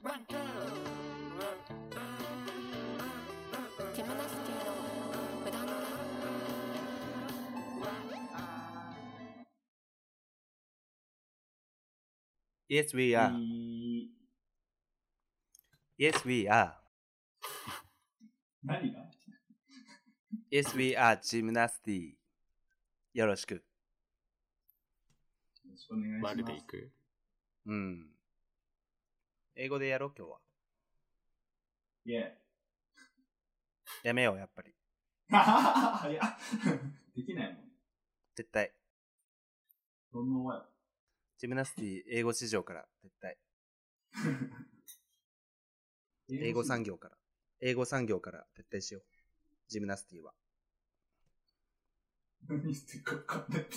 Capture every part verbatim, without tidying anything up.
ジムナスティの無駄のない Yes, we are. Yes, we are. 何が Yes, we are ジムナスティ。よろしく。 よろしくお願いします。 丸でいく？ うん。英語でやろう、今日は。 いえ。 やめよう、やっぱり。 いや、できないもん。 絶対。 どんなわよ。 ジムナスティ英語市場から、絶対。英語産業から。英語産業から撤退しよう。ジムナスティは。 何言ってるか分かんないです。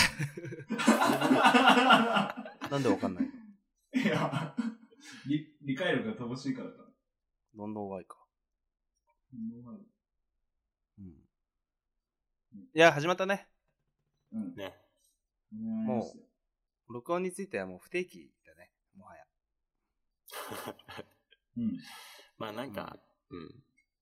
なんで分かんないの？ いや理、理解力が乏しいからか。 どんどんワイか。 どんどんワイ。 うん。いや、始まったね。 うん。 ね。 もう、録音についてはもう不定期だね。もはや。 うん。 まあなんか、うん。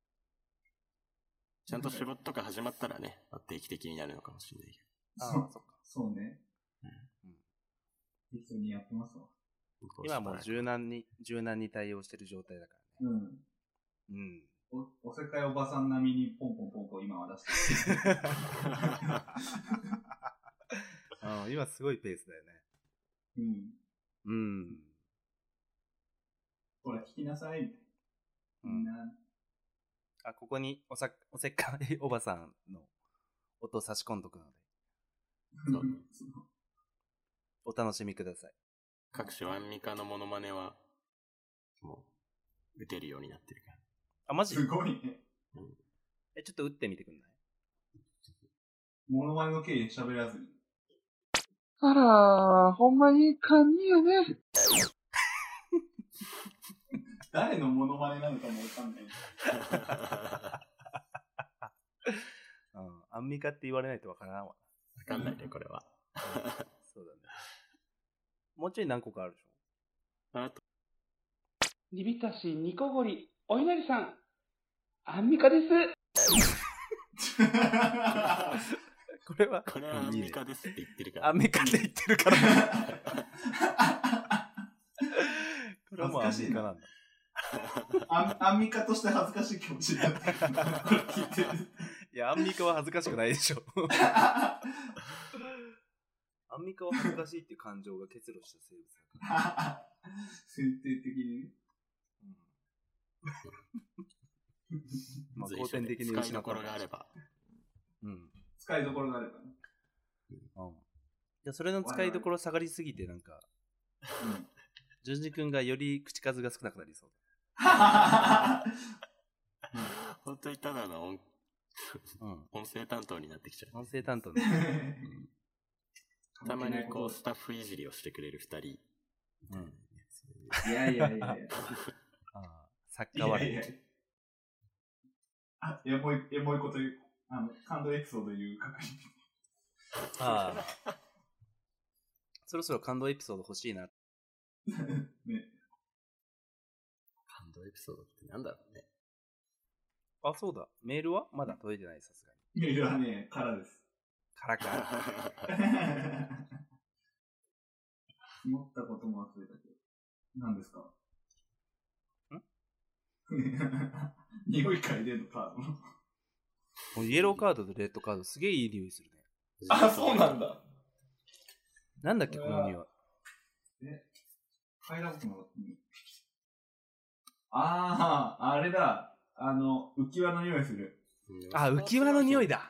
ちゃんと仕事とか始まったらね、定期的になるのかもしれないけど。ああ、そっか。そうね。うん。適当にやってますわ。 今もう柔軟に、柔軟に対応してる状態だからね。うん。うん。 お、おせっかいおばさん並みにポンポンポンポン今は出してる。 ああ、今すごいペースだよね。 うん。 うん。 ほら、聞きなさい。みんな。 あ、ここにおさ、おせっかいおばさんの音を差し込んどくので。お楽しみください。 各種アンミカのモノマネは、もう、打てるようになってるから。 あ、マジ？ すごいね。 うん、え、ちょっと打ってみてくんない？ モノマネの経緯喋らずに。 あらー、ほんまいい感じやね。 誰のモノマネなのかもわかんない。 うん、アンミカって言われないとわからんわ。 わかんないね、これは。 そうだね。もうちょい何個かあるでしょ。 あと。 リビタシニコゴリ、お稲荷さん、アンミカです。 これはこれはアンミカですって言ってるから。 アンミカって言ってるから。これはもうアンミカなんだ。 アンミカとして恥ずかしい気持ちになってる。これ聞いてる。 いや、アンミカは恥ずかしくないでしょ。アンミカは恥ずかしいっていう感情が結露した生物だから。 選定的にね。 うん、まあ、後天的に使いどころがあれば。 うん。 使いどころがあればね。 うん。いや、それの使いどころ下がりすぎて、なんか、うん。淳二君がより口数が少なくなりそうだ。本当にただの音、うん、音声担当になってきちゃう。 音声担当ね。 うん、たまにこう、スタッフいじりをしてくれる二人。 うん。いやいやいやいや。 ああ、作家悪い。 いやいやいや。あ、エモい、エモいこと言う、あの、感動エピソード言う係。 ああ。そろそろ感動エピソード欲しいな。 ね。 感動エピソードってなんだろうね。 あ、そうだ。メールはまだ届いてない、さすがに。メールはね、空です。 空か。 思ったことも忘れたけど。何ですか？ ん匂い嗅いでんのカードの。イエローカードとレッドカードすげえいい匂いするね。 あ、そうなんだ。 なんだっけ、この匂い。 え、嗅いだことなかった。ああ、あれだ。あの、浮き輪の匂いする。 あ、浮き輪の匂いだ。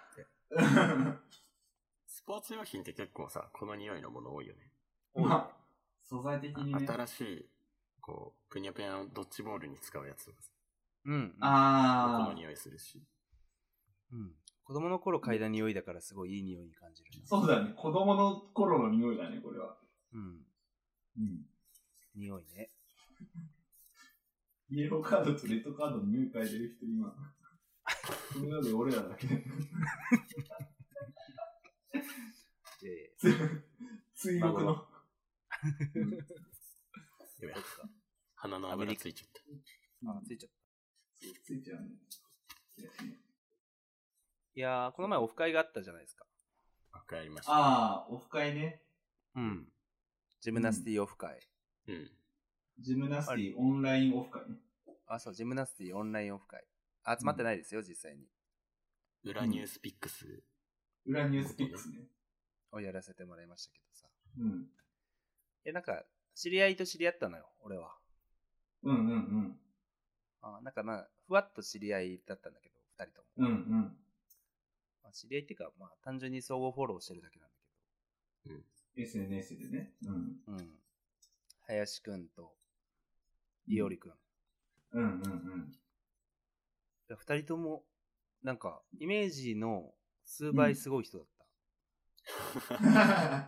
スポーツ用品って結構さ、この匂いのもの多いよね。 まあ、素材的にね。 新しい、こう、ぷにゃぷにゃのドッジボールに使うやつとかさ。 うん。 ああ。 この匂いするし。 うん。子供の頃嗅いだ匂いだからすごいいい匂いに感じる。 そうだね。子供の頃の匂いだね、これは。 うん。 うん。 匂いね。 イエローカードとレッドカードの匂い嗅いでる人今。そのようで俺らだけ。追憶の。 鼻の油ついちゃった。 あ、ついちゃった。 ついちゃうね。 いやー、この前オフ会があったじゃないですか。 わかりました。 ああ、オフ会ね。 うん。ジムナスティオフ会。 うん。 ジムナスティオンラインオフ会ね。 あ、そう、ジムナスティオンラインオフ会。集まってないですよ、うん、実際に。 裏ニュースピックス。 うん、裏ニュースピックスね。 をやらせてもらいましたけどさ。 うん。 え、なんか、知り合いと知り合ったのよ、俺は。 うんうんうん。 あ、なんかまあ、ふわっと知り合いだったんだけど、二人とも。 うんうん。 まあ、知り合いっていうか、まあ、単純に相互フォローしてるだけなんだけど。 うん。エスエヌエス でね。うん。 うん。林くんと、いおりくん。 うんうんうん。 二人とも、なんか、イメージの数倍すごい人だった。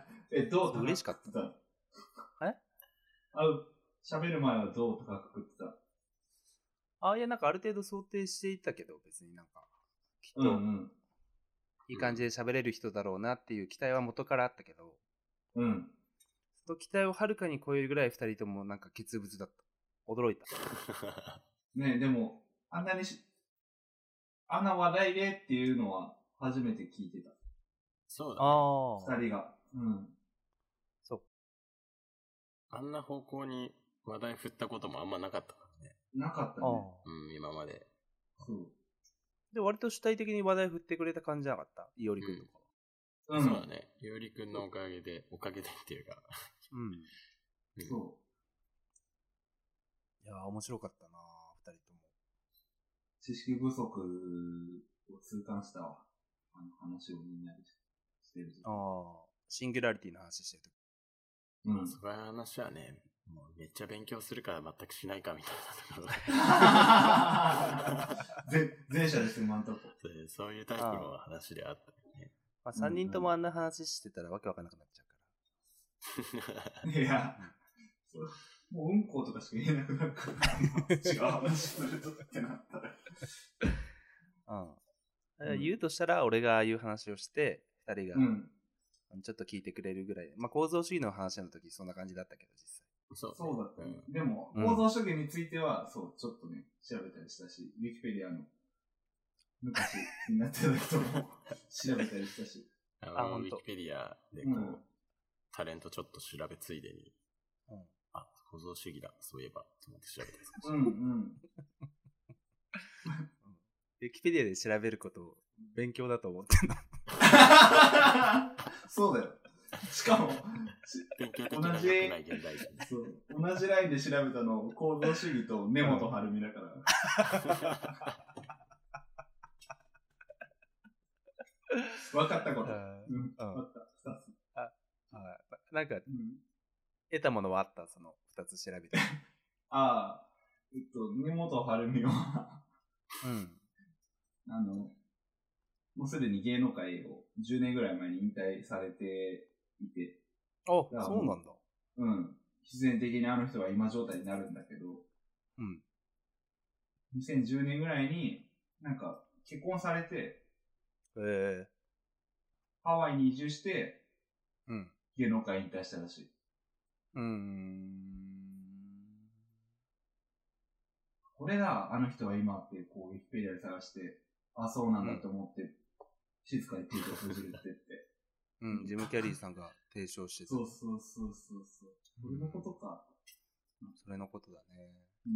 うん、え、どう嬉しかった。えあ、喋る前はどう高く食ってた？ あ、いや、なんかある程度想定していたけど、別になんか、きっと、いい感じで喋れる人だろうなっていう期待は元からあったけど、 うん。 その期待をはるかに超えるぐらい二人ともなんか欠物だった。驚いた。 ねえ、でも、あんなにし、あんな話題でっていうのは初めて聞いてた。 そうだね。 ああ。 二人が。うん。 そう。 あんな方向に話題振ったこともあんまなかったからね。 なかったね。 うん、今まで。 そう。 で、割と主体的に話題振ってくれた感じじゃなかった？いおりくんとかは。うん。そうだね。いおりくんのおかげで、おかげでっていうか。 うん。 うん、そう。 いやー、面白かったな二人とも。 知識不足を痛感したわ。あの話をみんなでしてる時。 ああ、シンギュラリティの話してるとき。 うん。そういう話はね、もうめっちゃ勉強するから全くしないかみたいなところで。前者ですよ、今んとこ。 そういうタイプの話であったよね。 まあ、さんにんともあんな話してたらわけわかんなくなっちゃうから。いや、うん、もううんことかしか言えなくなるから、違う話するとってなったら。 うん。言うとしたら、俺がああいう話をして、二人が、 うん、 ちょっと聞いてくれるぐらいで。まあ、構造主義の話の時、そんな感じだったけど、実際。 そう、そうだったね。でも、構造主義については、そう、ちょっとね、調べたりしたし、ウィキペディアの、昔気になってた人も調べたりしたし。 あの、ウィキペディアでこう、うん、タレントちょっと調べついでに、うん、あ、構造主義だ、そういえば、と思って調べたりする。 うんうん。 ウィキペディアで調べることを勉強だと思ってんのそうだよ。しかも、 勉強的な良くない現代人。 そう。同じラインで調べたの、構造主義と根本晴美だから。分かったこと。うん。分かった。二つ。 あ、あ、なんか、うん、得たものはあった、その二つ調べて。 ああ、えっと、根本晴美は、 うん。 あの、もうすでに芸能界をじゅうねんぐらい前に引退されていて。 あ、そうなんだ。 うん。必然的にあの人は今状態になるんだけど、 うん。 にせんじゅうねんぐらいに、なんか、結婚されて、 へえ。 ハワイに移住して、 うん。 芸能界引退したらしい。 うーん。 これだ、あの人は今って、こう、ウィキペディアで探して、あ、そうなんだと思って、うん、静かに手を閉じるって言って。 うん、ジム・キャリーさんが提唱してた。 そうそうそうそうそう。それのことか。 それのことだね。 うん。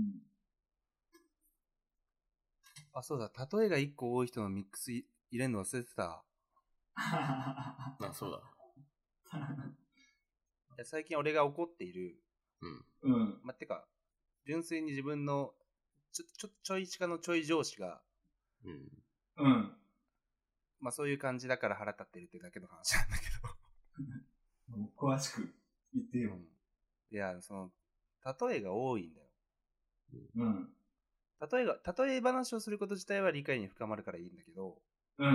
あ、そうだ、例えが一個多い人のミックス入れるの忘れてた。 あ、そうだ。 いや最近俺が怒っている。 うん。うん。 まあ、てか、純粋に自分のちょ、ちょ、ちょい近のちょい上司が、 うん。 うん。 まあそういう感じだから腹立ってるってだけの話なんだけど。もう詳しく言ってよ。うん、 いや、その、例えが多いんだよ。 うん。 例えが、例え話をすること自体は理解に深まるからいいんだけど、 うんうん。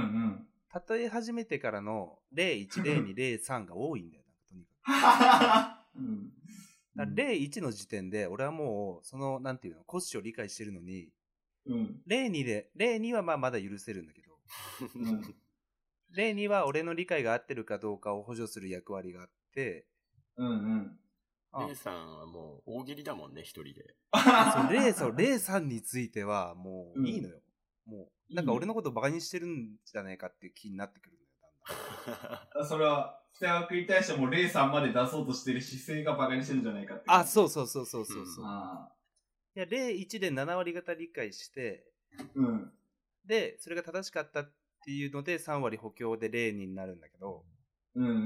例え始めてからのれいいち、れいに、れいさんが多いんだよ、とにかく。うん。 だれいいちの時点で、俺はもう、その、なんていうの、骨子を理解してるのに、 うん、 れいにで、れいにはまあまだ許せるんだけど、うん、れいには俺の理解が合ってるかどうかを補助する役割があって、 うんうん、 レイさんはもう大喜利だもんね、一人で。 そう、レイさん、レイさんについてはもういいのよ。うん、もう、なんか俺のことバカにしてるんじゃないかっていう気になってくるんだよ、 だんだん。それは、北川君に対してもレイさんまで出そうとしてる姿勢がバカにしてるんじゃないかって。 あ、そうそうそうそうそうそう。 うん、あいや、レイいちでなな割方理解して、 うん。 で、それが正しかったっていうのでさん割補強でレイになるんだけど、 うんうんうん。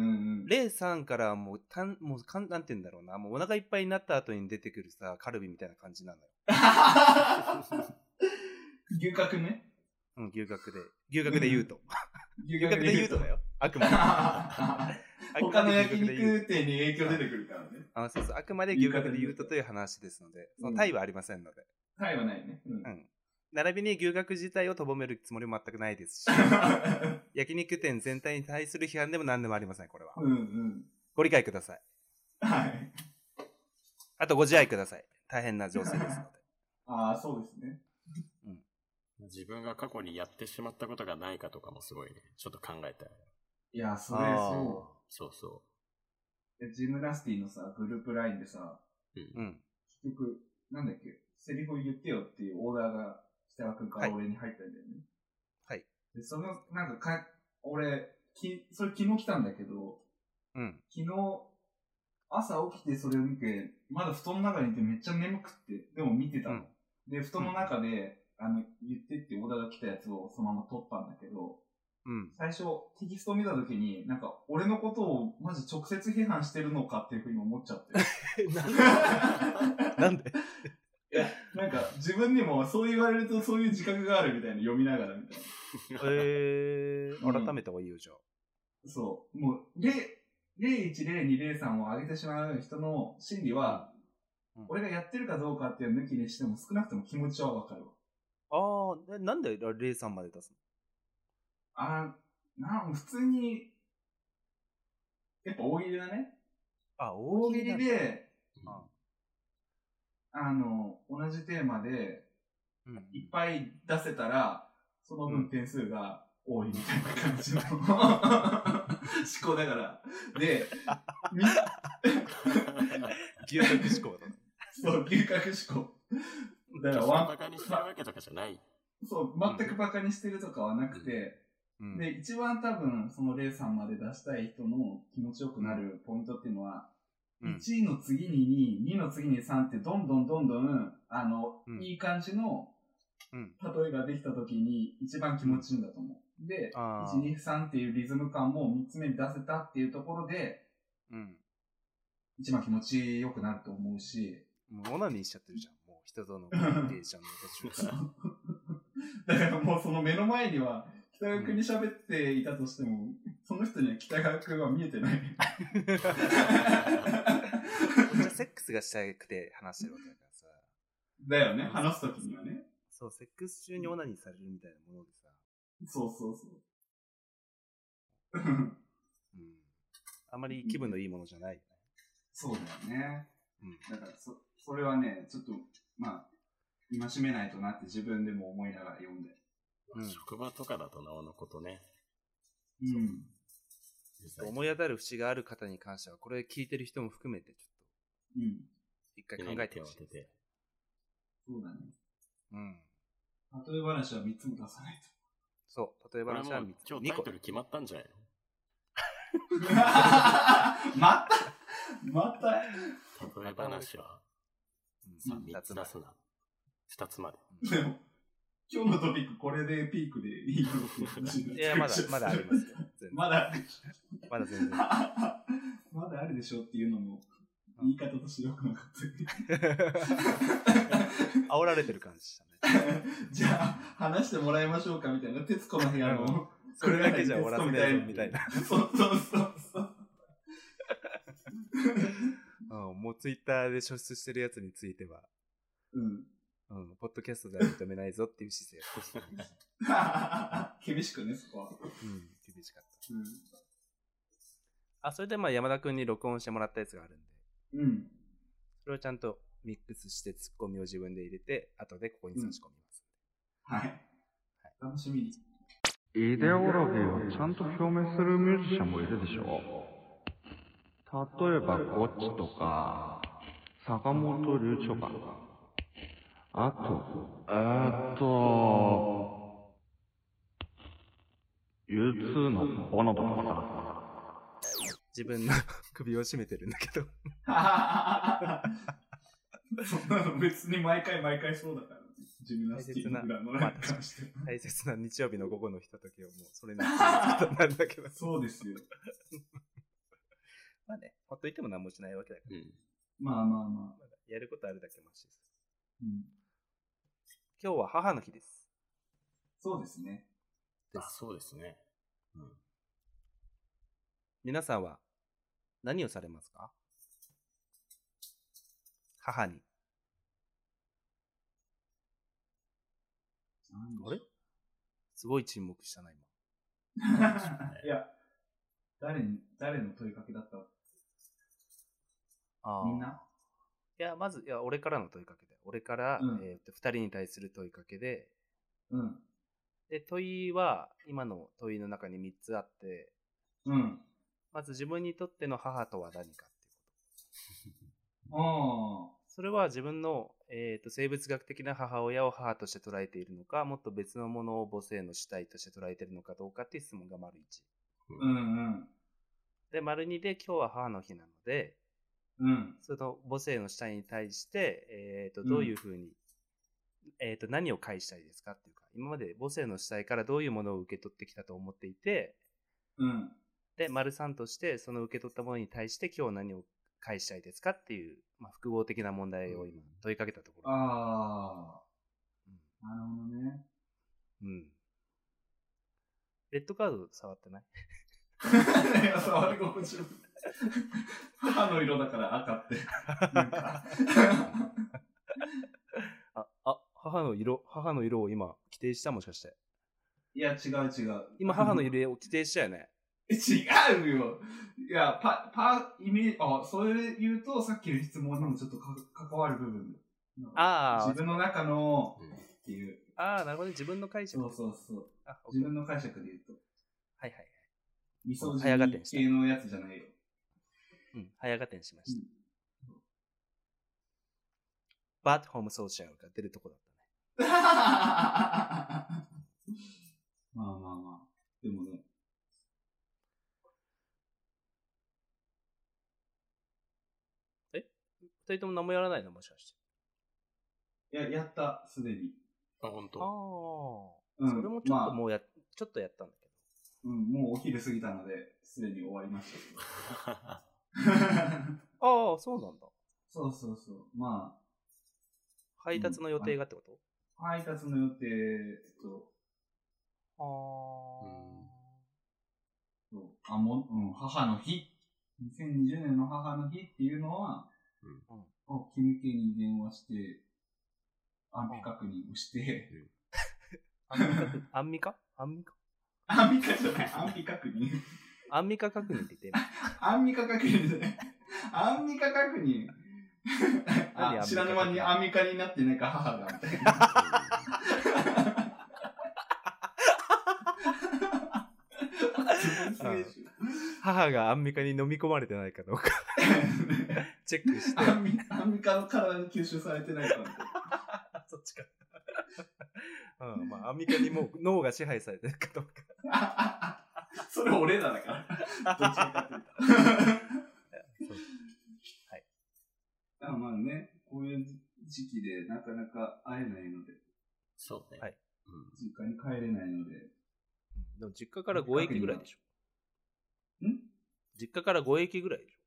レイさんからもう、たんもうかんなんて言うんだろうな、もうお腹いっぱいになった後に出てくるさ、カルビみたいな感じなのよ。 牛角ね。 うん、牛角で。牛角で言うと。 牛角で言うとだよ。あくまで。 他の焼肉店に影響出てくるからね。 あ、そうそう。あくまで牛角で言うとという話ですので、そのタイはありませんので。 タイはないね。 うん。並びに牛角自体をとぼめるつもりも全くないですし、焼肉店全体に対する批判でも何でもありません、これは。 うんうん。 ご理解ください。 はい。 あとご自愛ください。大変な情勢ですので。 ああ、そうですね。 うん。自分が過去にやってしまったことがないかとかもすごいね、ちょっと考えたい。 いや、それそう。 そうそう。 ジムラスティのさ、グループラインでさ、 うん。 結局、なんだっけ、セリフを言ってよっていうオーダーが、北川君から俺に入ったんだよね。 はい。 で、その、なんかか、俺、き、それ昨日来たんだけど、 うん。 昨日、朝起きてそれを見て、まだ布団の中にいてめっちゃ眠くって、でも見てたの。うん、で、布団の中で、うん、あの、言ってってオーダーが来たやつをそのまま撮ったんだけど、 うん。 最初、テキストを見たときに、なんか、俺のことをマジ直接批判してるのかっていうふうに思っちゃって。 なんでいや、なんか、自分にもそう言われるとそういう自覚があるみたいな、読みながらみたいな。 えー、改めた方がいいよ、じゃあ。 そう。もう、ゼロいち、ゼロに、ゼロさんを上げてしまう人の心理は、うん、俺がやってるかどうかっていう抜きにしても少なくとも気持ちはわかるわ。 ああ、なんでゼロさんまで出すの？ あな、普通に、やっぱ大喜利だね。 あ、大喜利で、あの、同じテーマで、いっぱい出せたら、その分点数が多いみたいな感じの思考だから。で、み牛角思考だね。 そう、牛角思考。 だからワンバカにしてるわけとかじゃない。 そう、全くバカにしてるとかはなくて、うん、で、一番多分、そのゼロさんまで出したい人の気持ちよくなるポイントっていうのは、うん、いちいの次にに、にの次にさんってどんどんどんどん、あの、うん、いい感じの例えができた時に一番気持ちいいんだと思う。で、いち、に、さんっていうリズム感もみっつめに出せたっていうところで、うん、一番気持ちよくなると思うし。 もうオナニーしちゃってるじゃん。もう人とのコミュニケーションの途中だからもうその目の前には、北川君に喋っていたとしても、うん、その人には北川君は見えてない。 セックスがしたくて話してるわけだからさ。 だよね、話すときにはね。 そう、セックス中にオナニーされるみたいなものでさ。 そうそうそう。 うん。あんまり気分のいいものじゃないよね。 そうだよね。うん。だからそ、それはね、ちょっと、まあ、戒めないとなって自分でも思いながら読んで。 うん、職場とかだとなおのことね。 うん。 思い当たる節がある方に関しては、これ聞いてる人も含めてちょっと、うん。一回考えてほしい。 そうだね。 うん。 例え話はみっつも出さないと。 そう、例え話はみっつ。 今日タイトル決まったんじゃないのまたまた例え話は、うん、みっつ出すな。ふたつまで。 でも、今日のトピックこれでピークでいいの？ いや、まだ、まだありますよ。 まだある。 まだ全然。 まだあるでしょっていうのも、言い方としてよくなかった。 煽られてる感じしたね。 じゃあ、話してもらいましょうかみたいな。徹子の部屋の、 それだけじゃ終わらせないぞみたいな。 そうそうそうそう。 もうツイッターで初出してるやつについては、 うん。 うん、ポッドキャストでは認めないぞっていう姿勢をしてる。厳しくね、そこは。 うん、厳しかった。 うん、 あ、それでまあ山田くんに録音してもらったやつがあるんで、 うん。 それをちゃんとミックスしてツッコミを自分で入れて、後でここに差し込みます。 うん、はい。はい。楽しみに。 イデオロギーをちゃんと表明するミュージシャンもいるでしょう。 例えば、ゴッチとか、坂本龍一とか。あと、えーっと、ユーツー のボノボとかさ。 自分の首を絞めてるんだけど。 そんなの別に毎回毎回そうだから、ね。ジムナスティックの裏に関しては。 大切な日曜日の午後のひとときをもうそれにことになるんだけど。 そうですよ。 まあね、ほっといても何もしないわけだから。うん、 まあまあまあ。まだやることあるだけマシです。 うん、 今日は母の日です。 そうですね。 あ、そうですね。うん、 皆さんは何をされますか？母に。あれ？すごい沈黙したな、 今。いや、誰に、誰の問いかけだった？あみんな？ いや、まず、いや、俺からの問いかけで。俺から、うん、えっと、二人に対する問いかけで、 うん。 で、問いは、今の問いの中に三つあって、 うん。 まず自分にとっての母とは何かっていうこと。ああ。 それは自分の、えーと、生物学的な母親を母として捉えているのか、もっと別のものを母性の主体として捉えているのかどうかっていう質問が丸一。 うんうん。 で、丸二で今日は母の日なので、 うん、 その母性の主体に対して、えーと、どういうふうに、うん、えーと、何を返したいですかっていうか、今まで母性の主体からどういうものを受け取ってきたと思っていて、 うん、 で、丸三としてその受け取ったものに対して今日何を返したいですかっていう、まあ、複合的な問題を今問いかけたところ。 ああ、うん、なるほどね。 うん。レッドカード触ってない？ いや、触り心地よく。母の色だから赤って。なんかあ、あ、母の色、母の色を今規定したもしかして。 いや、違う違う。 今母の色を規定したよね。 違うよ。いや、パ、パ、イメージ、あ、それ言うと、さっきの質問にもちょっとか関わる部分。 ああ。 自分の中の、っていう。 ああ、なるほど、ね。自分の解釈。 そうそうそう。あ、自分の解釈で言うと。 はいはいはい。 みそじ系のやつじゃないよ。 うん、早合点しました。うん、バッドホームソーシャルが出るとこだったね。 まあまあまあ。でもね。 え？二人とも何もやらないのもしかして。 いや、やった、すでに。 あ、ほんと。 ああ。うん。それもちょっともうや、まあ、ちょっとやったんだけど。うん、もうお昼過ぎたので、すでに終わりましたけど。 ああ、そうなんだ。 そうそうそう。まあ。 配達の予定がってこと？ うん、配達の予定と。 ああ。 そう。あ、もう、うん、母の日。にせんにじゅうねんの母の日っていうのは、うん。お、君系に電話して、安否確認をして、 アンミカアンミカアンミカじゃない、安否確認。 アンミカ確認って言ってる。 アンミカ確認じゃない。アンミカ確認。あ、知らぬ間にアンミカになってないか、母が、みたいな。 母がアンミカに飲み込まれてないかどうかチェックしてアンミ。アンミカの体に吸収されてないかみたいな。 そっちか。うん、まあ、アンミカにもう脳が支配されてるかどうか。 それ俺らだから。どっちかっていうと。 はい。 あ、まあね、こういう時期でなかなか会えないので。 そうね。 はい。 うん、実家に帰れないので。 でも実家からご駅ぐらいでしょ。 ん実家からご駅ぐらいでしょ。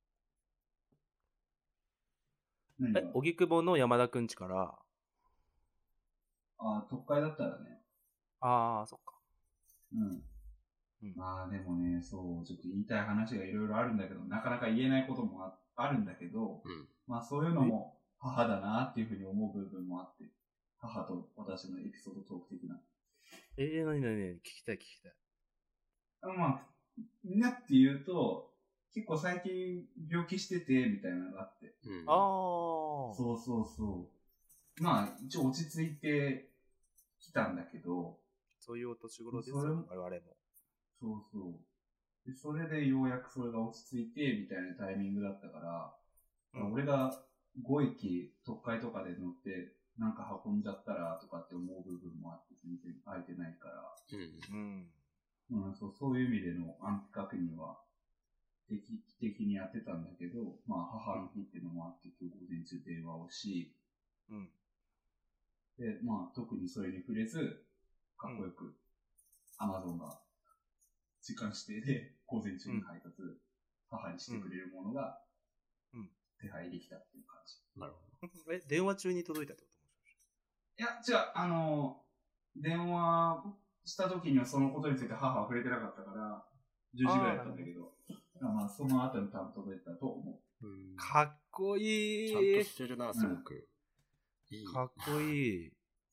何え、荻窪の山田くん家から。 ああ、特会だったらね。 ああ、そっか。 うん。うん、まあでもね、そう、ちょっと言いたい話がいろいろあるんだけど、なかなか言えないことも あ, あるんだけど、うん、まあそういうのも母だなっていうふうに思う部分もあって、母と私のエピソードトーク的な。 えー、なになになに聞きたい聞きたい。 あまあ、みんなって言うと、結構最近病気してて、みたいなのがあって。 うん、ああ。 そうそうそう。まあ、一応落ち着いてきたんだけど。 そういうお年頃ですよ、我々も。 そうそう。 で、それでようやくそれが落ち着いて、みたいなタイミングだったから、うん、俺がご駅特会とかで乗って、なんか運んじゃったらとかって思う部分もあって、全然空いてないから、うんうん、そう、そういう意味での安否確認は、定期的にやってたんだけど、まあ母の日っていうのもあって、今日午前中電話をし、うん、で、まあ特にそれに触れず、かっこよく、アマゾンが時間指定で午前中に配達、うん、母にしてくれるものが、手配できたっていう感じ。 なるほど。え、電話中に届いたってこと？ いや、違う、あの、電話した時にはそのことについて母は触れてなかったから、じゅうじぐらいだったんだけど、まあ、その後に多分届いたと思う。 うん、かっこいい。 ちゃんとしてるな、すごく。 うん、いいかっこいい。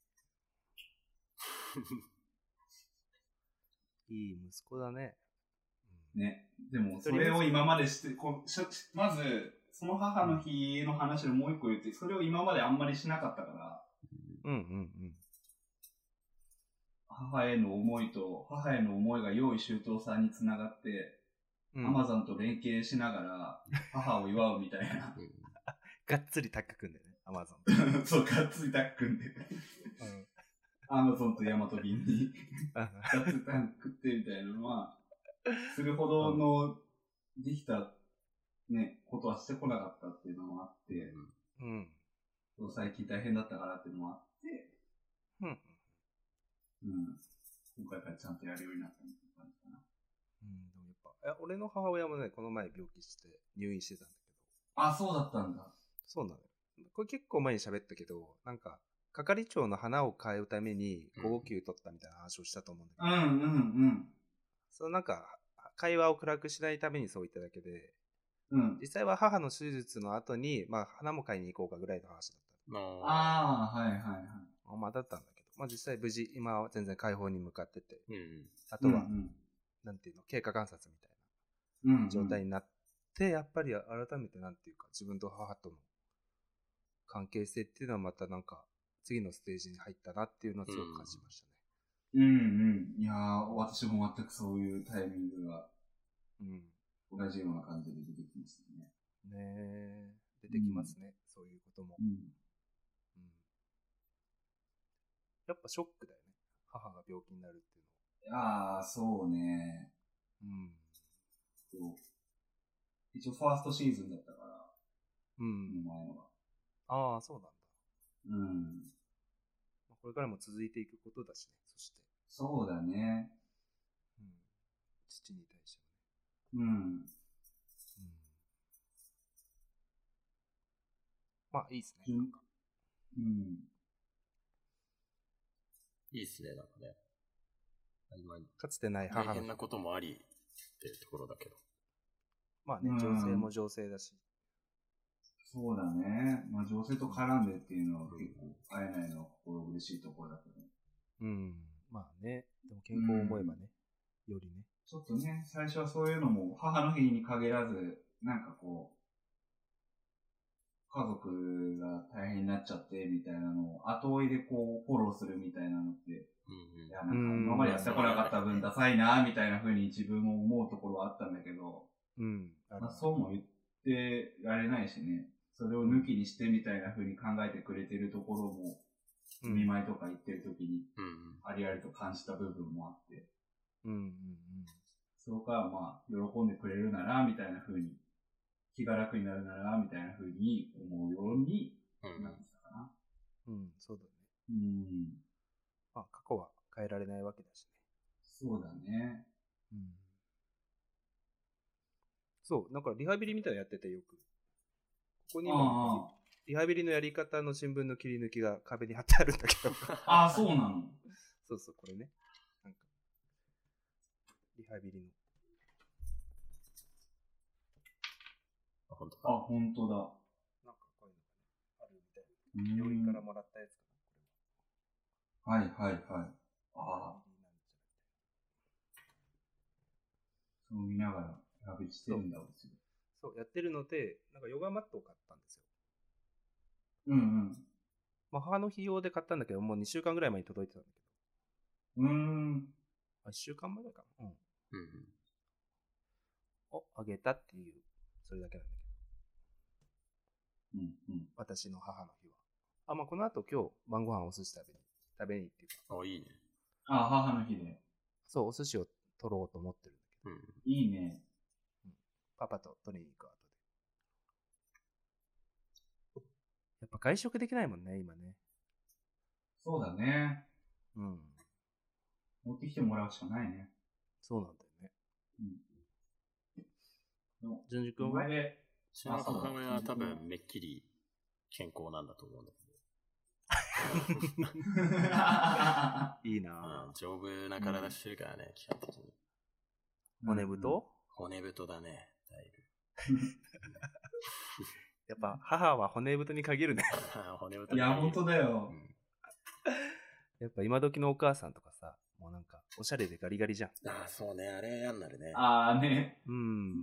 いい息子だね。 ね。でも、それを今までして、こしまず、その母の日の話をもう一個言って、それを今まであんまりしなかったから、 うんうんうん。 母への思いと、母への思いが用意周到さんにつながって、アマゾンと連携しながら、母を祝うみたいな。 がっつりタッグ組んでね、アマゾン。そう、がっつりタッグ組んで。アマゾンとヤマト便に、がっつりタッグってみたいなのは、するほどの、できた、ね、ことはしてこなかったっていうのもあって、うん。最近大変だったからっていうのもあって、うん。うん。今回からちゃんとやるようになったみたいな感じかな。 うん、でもやっぱ、いや、俺の母親もね、この前病気して入院してたんだけど。 あ、そうだったんだ。 そうなのよ。これ結構前に喋ったけど、なんか、係長の花を変えるために、ご号泣取ったみたいな話をしたと思うんだけど。 うんうんうん。 そのなんか、会話を暗くしないためにそう言っただけで、 うん、 実際は母の手術の後に、まあ、花も買いに行こうかぐらいの話だった。 ああ、はいはいはい。 まあ、だったんだけど、まあ実際無事、今は全然解放に向かってて、うん、あとは、うんうん、なんていうの、経過観察みたいな状態になって、うんうん、やっぱり改めてなんていうか、自分と母との関係性っていうのはまたなんか、次のステージに入ったなっていうのをすごく感じましたね。 うんうん。いやー、私も全くそういうタイミングが、うん、同じような感じで出てきましたね。 ねえ、出てきますね、うん、そういうことも、うんうん。やっぱショックだよね。母が病気になるっていうのは。ああ、そうね。うん。そう。一応ファーストシーズンだったから。うん。前のは。 ああ、そうなんだ。 うん。 これからも続いていくことだしね、そして。 そうだね。 うん。父に対してはね。うん。うん。まあ、いいっすね。なんかうん。 いいっすね、なんかね。 かつてない母の大変なこともありっていうところだけど。 まあね、情勢も情勢だし。 そうだね。まあ情勢と絡んでっていうのは結構会えないのは心苦しいところだけど。 うん。まあね。でも健康を思えばね、よりね。 ちょっとね、最初はそういうのも母の日に限らず、なんかこう、家族が大変になっちゃってみたいなのを後追いでこうフォローするみたいなのって、うんうん、いやなんか今までやってこなかった分ダサいなみたいな風に自分も思うところはあったんだけど、うんまあ、そうも言ってられないしね、それを抜きにしてみたいな風に考えてくれてるところも、お見舞いとか行ってる時にありありと感じた部分もあって、うんうんうん、そこからまあ喜んでくれるならみたいな風に気が楽になるならみたいな風に思うようになってたかな。 うん、うん、そうだね。うん。まあ過去は変えられないわけだしね。 そうだね。うん。 そう、なんかリハビリみたいなのやっててよく。ここにもリハビリのやり方の新聞の切り抜きが壁に貼ってあるんだけど。 ああ、そうなの。 そうそう、これね。なんかリハビリの。 あ、本当だ。あ、本当だ。 なんかこういうのがね、あるみたいな。病院からもらったやつかな、これは。はいはいはい。ああ。そう見ながらリハビリしてるんだ、うち。 そう、やってるので、なんかヨガマットを買ったんですよ。 うんうん。 まあ、母の日用で買ったんだけど、もうにしゅうかんぐらい前に届いてたんだけど。 うーん。 あ、いっしゅうかんまえかな。うん。うんうん。 をあげたっていう、それだけなんだけど。うんうん。 私の母の日は。あ、まあ、この後今日晩ご飯お寿司食べに、食べにっていうか。 あ、いいね。 あ、母の日で。 そう、お寿司を取ろうと思ってるんだけど。 うん。いいね。 うん。パパと取りに行く後で。やっぱ外食できないもんね、今ね。 そうだね。 うん。 持ってきてもらうしかないね。 そうなんだよね。 うん。 淳二君はちの母親は多分めっきり健康なんだと思うんだけど。 いいなぁ、 うん。丈夫な体してるからね、うん、基本的に。 骨太、 骨太だね、だいぶ。やっぱ母は骨太に限るね。 骨太いや、本当だよ。うん、 やっぱ今時のお母さんとかさ、もうなんかおしゃれでガリガリじゃん。 ああ、そうね、あれやんなるね。 ああね。 うん。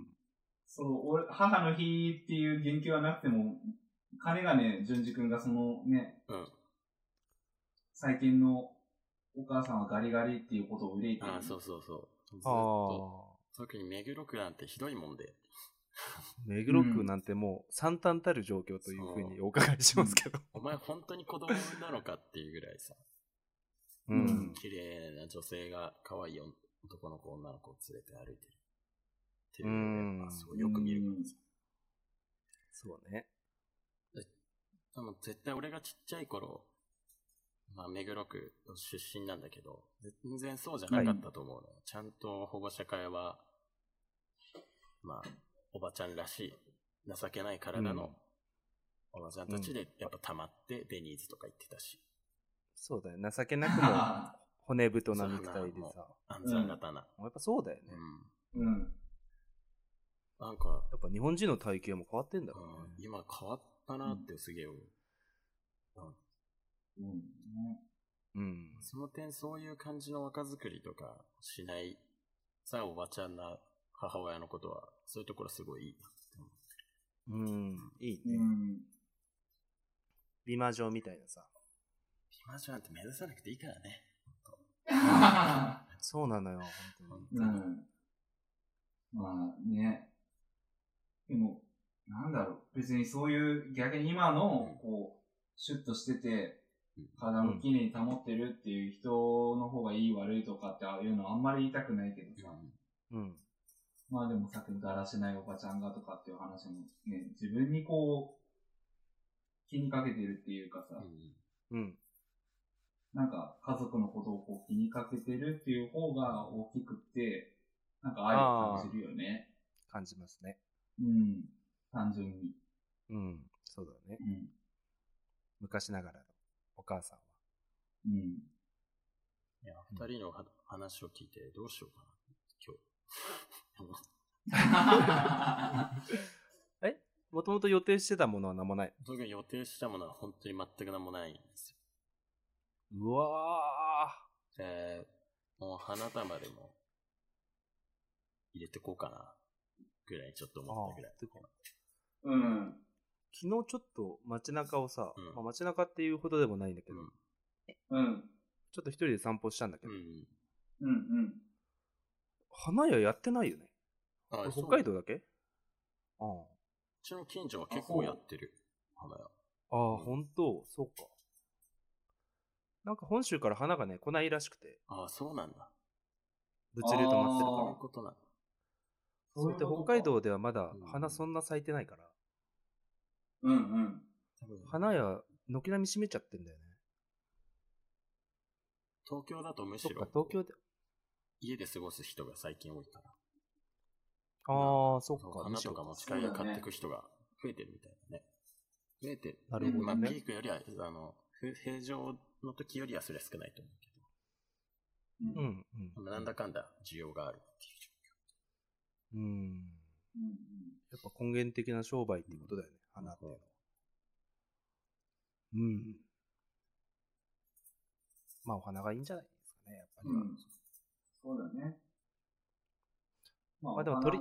そう、俺、母の日っていう言及はなくても、金がね、淳二君がそのね、 うん、 最近のお母さんはガリガリっていうことを憂いてる。 ああ、そうそうそう。ずっと。特に目黒区なんてひどいもんで。 目黒区なんてもう惨憺たる状況というふうにお伺いしますけど。 お前本当に子供なのかっていうぐらいさ。 うん。 綺麗な女性が可愛い男の子、女の子を連れて歩いてる。っていうのが、すごいよく見るからさ。 そうね。 でも絶対俺がちっちゃい頃、まあ目黒区出身なんだけど、全然そうじゃなかったと思うの、はい、ちゃんと保護者会は、まあ、おばちゃんらしい、情けない体のおばちゃんたちでやっぱ溜まってデニーズとか行ってたし。 そうだよ。情けなくも骨太な肉体でさ。 安産型な、 うん。やっぱそうだよね。 うん。うん。 なんか、 やっぱ日本人の体型も変わってんだろうね。 うん、今変わったなってすげえ思う。 うん。うん。 うん。 その点そういう感じの若作りとかしないさ、おばちゃんな母親のことは、そういうところすごいいいなって思ってる。うん、いいね。 うん。 美魔女みたいなさ。 美魔女なんて目指さなくていいからね。 そうなのよ、本当に。 うん。まあね。でも、なんだろう。別にそういう、逆に今の、こう、シュッとしてて、体もきれいに保ってるっていう人の方がいい悪いとかっていうのはあんまり言いたくないけどさ。 うん。 まあでもさっきのだらしないおばちゃんがとかっていう話もね、自分にこう、気にかけてるっていうかさ。 うん。 なんか家族のことをこう気にかけてるっていう方が大きくって、なんか愛を感じるよね。 感じますね。 うん。単純に。 うん。そうだね。 うん。 昔ながらのお母さんは。 うん。 いや、二人の話を聞いてどうしようかな、今日。 えもともと予定してたものは何もない？ 僕が予定したものは本当に全く何もないんですよ。 うわー。で、もう花束でも入れてこうかな、ぐらいちょっと思ったぐらい。 うん。 昨日ちょっと街中をさ、うんまあ、街中っていうほどでもないんだけど、 うん。 ちょっと一人で散歩したんだけど、 うんうん。うん。 花屋やってないよね。 ああ、 北海道だけ？ああ。 うちの近所は結構やってる。花屋。 ああ、うん、ほんとそうか。なんか本州から花がね、来ないらしくて。 ああ、そうなんだ。 物流止まってるから。 そういうことなんだ。 そうで、北海道ではまだ花そんな咲いてないから。 うんうん。 花屋、軒並み閉めちゃってんだよね。 東京だとむしろ、 そっか、東京で。 家で過ごす人が最近多いから。 ああ、そっか。 花とか持ち帰り買ってく人が増えてるみたいだね。増えてる。 なるほどね。 まあ、ピークよりは、あの、平常の時よりはそれは少ないと思うけど。うん、 うん。なんだかんだ需要があるっていう状況。うん。やっぱ根源的な商売っていうことだよね、花っていうのは。うん。まあ、お花がいいんじゃないですかね、やっぱり。 うん。そうだね。 まあ、まあ、でも、鳥、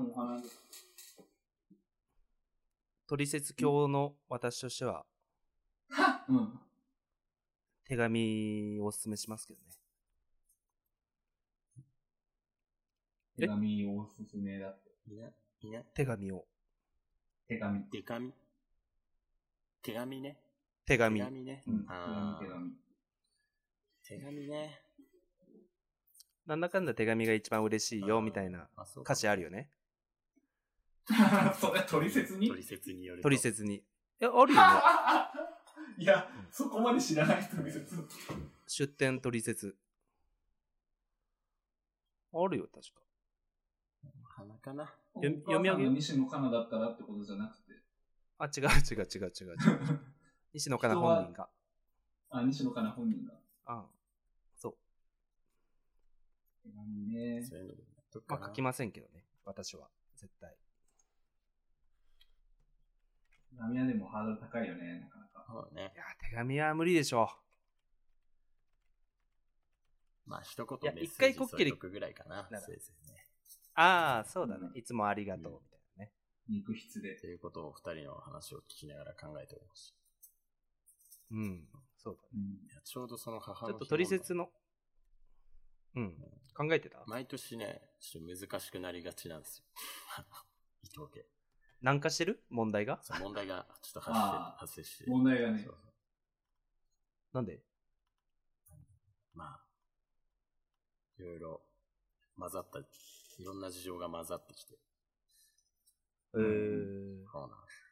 鳥節教の私としては、 うん。 手紙をおすすめしますけどね。 手紙をおすすめだって。 ね。 いない手紙を。 手紙。 手紙手紙ね。 手紙。 手紙ね。 うん、 あ手紙。 手紙ね。 なんだかんだ手紙が一番嬉しいよ、みたいな歌詞あるよね。 それ、取説に取説によると。 取説に。いや、あるよね。 いや、そこまで知らない取説。 出典取説。あるよ、確か。 花かな。 読み上げよ。 西野カナだったらってことじゃなくて。 あ、違う違う違う違う違う。西野カナ本人が。 あ、西野カナ本人が。 ああ、そう。 手紙ね。 そういうのでまあ書きませんけどね、私は。絶対。 手紙はでもハードル高いよね、なかなか。 そうね。 いや、手紙は無理でしょう。まあ、一言いやメッセージ一回こっきり添えとくぐらいかな。そうですね。 ああ、そうだね。いつもありがとう、みたいなね。 肉筆で。 ということを二人の話を聞きながら考えております。 うん、そうだね。 いやちょうどその母の日ちょっと取説の、うん、考えてた？ 毎年ね、ちょっと難しくなりがちなんですよ。伊藤家。 何かしてる問題がそう問題がちょっと発生発生して。 問題がね。 そうそうなんで？ まあ、いろいろ混ざった、いろんな事情が混ざってきて。 えー、 そうなんです。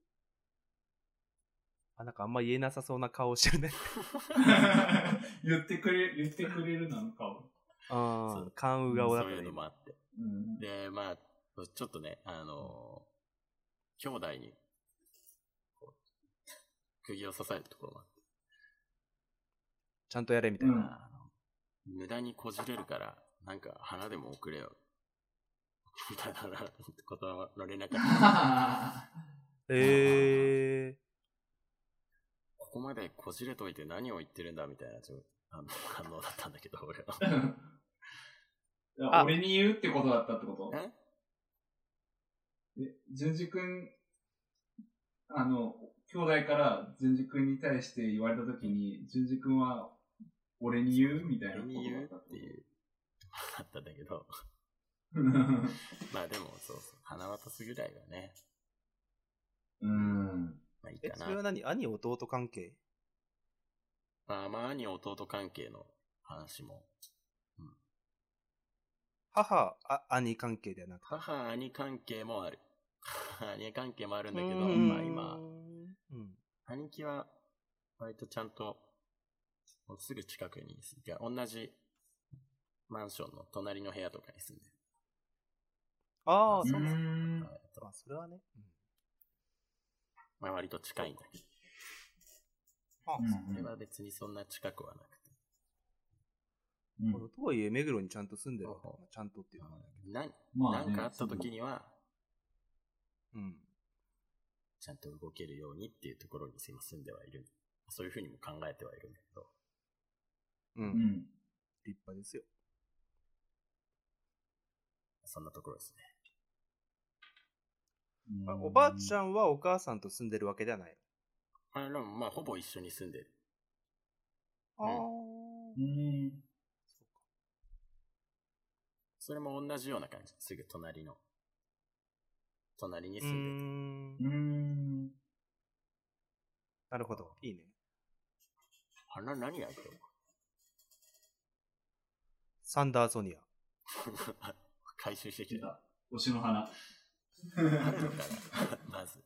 あ、なんかあんま言えなさそうな顔してるね。 言ってくれ、言ってくれるなの顔。 ああ、関羽顔だったね。 そういうのもあって。 うん、 で、まあ、ちょっとね、あのー、兄弟に、こう、釘を刺されるところもあって。 ちゃんとやれみたいな。 うん、 あの無駄にこじれるから、なんか花でも送れよ。みたいなことの連絡が。 えー。 ここまでこじれといて何を言ってるんだみたいなちょあの反応だったんだけど、俺は。 俺に言うってことだったってこと？ ええ、淳二くん、あの、兄弟から淳二くんに対して言われたときに、淳二くんは俺に言うみたいなことだったってこと？俺に言うっていう、 だったんだけど。まあでも、そうそう、花渡すぐらいはね。 うん。 まあいいかな。 え、それは何？兄弟関係？ まあまあ兄弟関係の話も。うん、 母、あ、兄関係ではなくて。 母、兄関係もある。兄関係もあるんだけど、まあ今、うん、兄貴は割とちゃんと、もうすぐ近くに住んで、同じマンションの隣の部屋とかに住んでる。 ああ、そうなんだ。まあそれはね。うん、 まあ割と近いんだけど。 あ、 それは別にそんな近くはなくて。 うん、とはいえ、目黒にちゃんと住んでるわけ。ちゃんとっていうのはな、まあね、なんかあった時には、 うん。 ちゃんと動けるようにっていうところに今住んではいる。そういうふうにも考えてはいるんだけど。 うん。うん、立派ですよ。 そんなところですね。 あ、おばあちゃんはお母さんと住んでるわけではないの？あの、まあ、ほぼ一緒に住んでる。 ああ。 うん。 そうか。 それも同じような感じ。すぐ隣の。隣に住んでる。うーん。 なるほど。いいね。 花何やるの？ サンダーソニア。 回収してきた。 推しの花。 まず。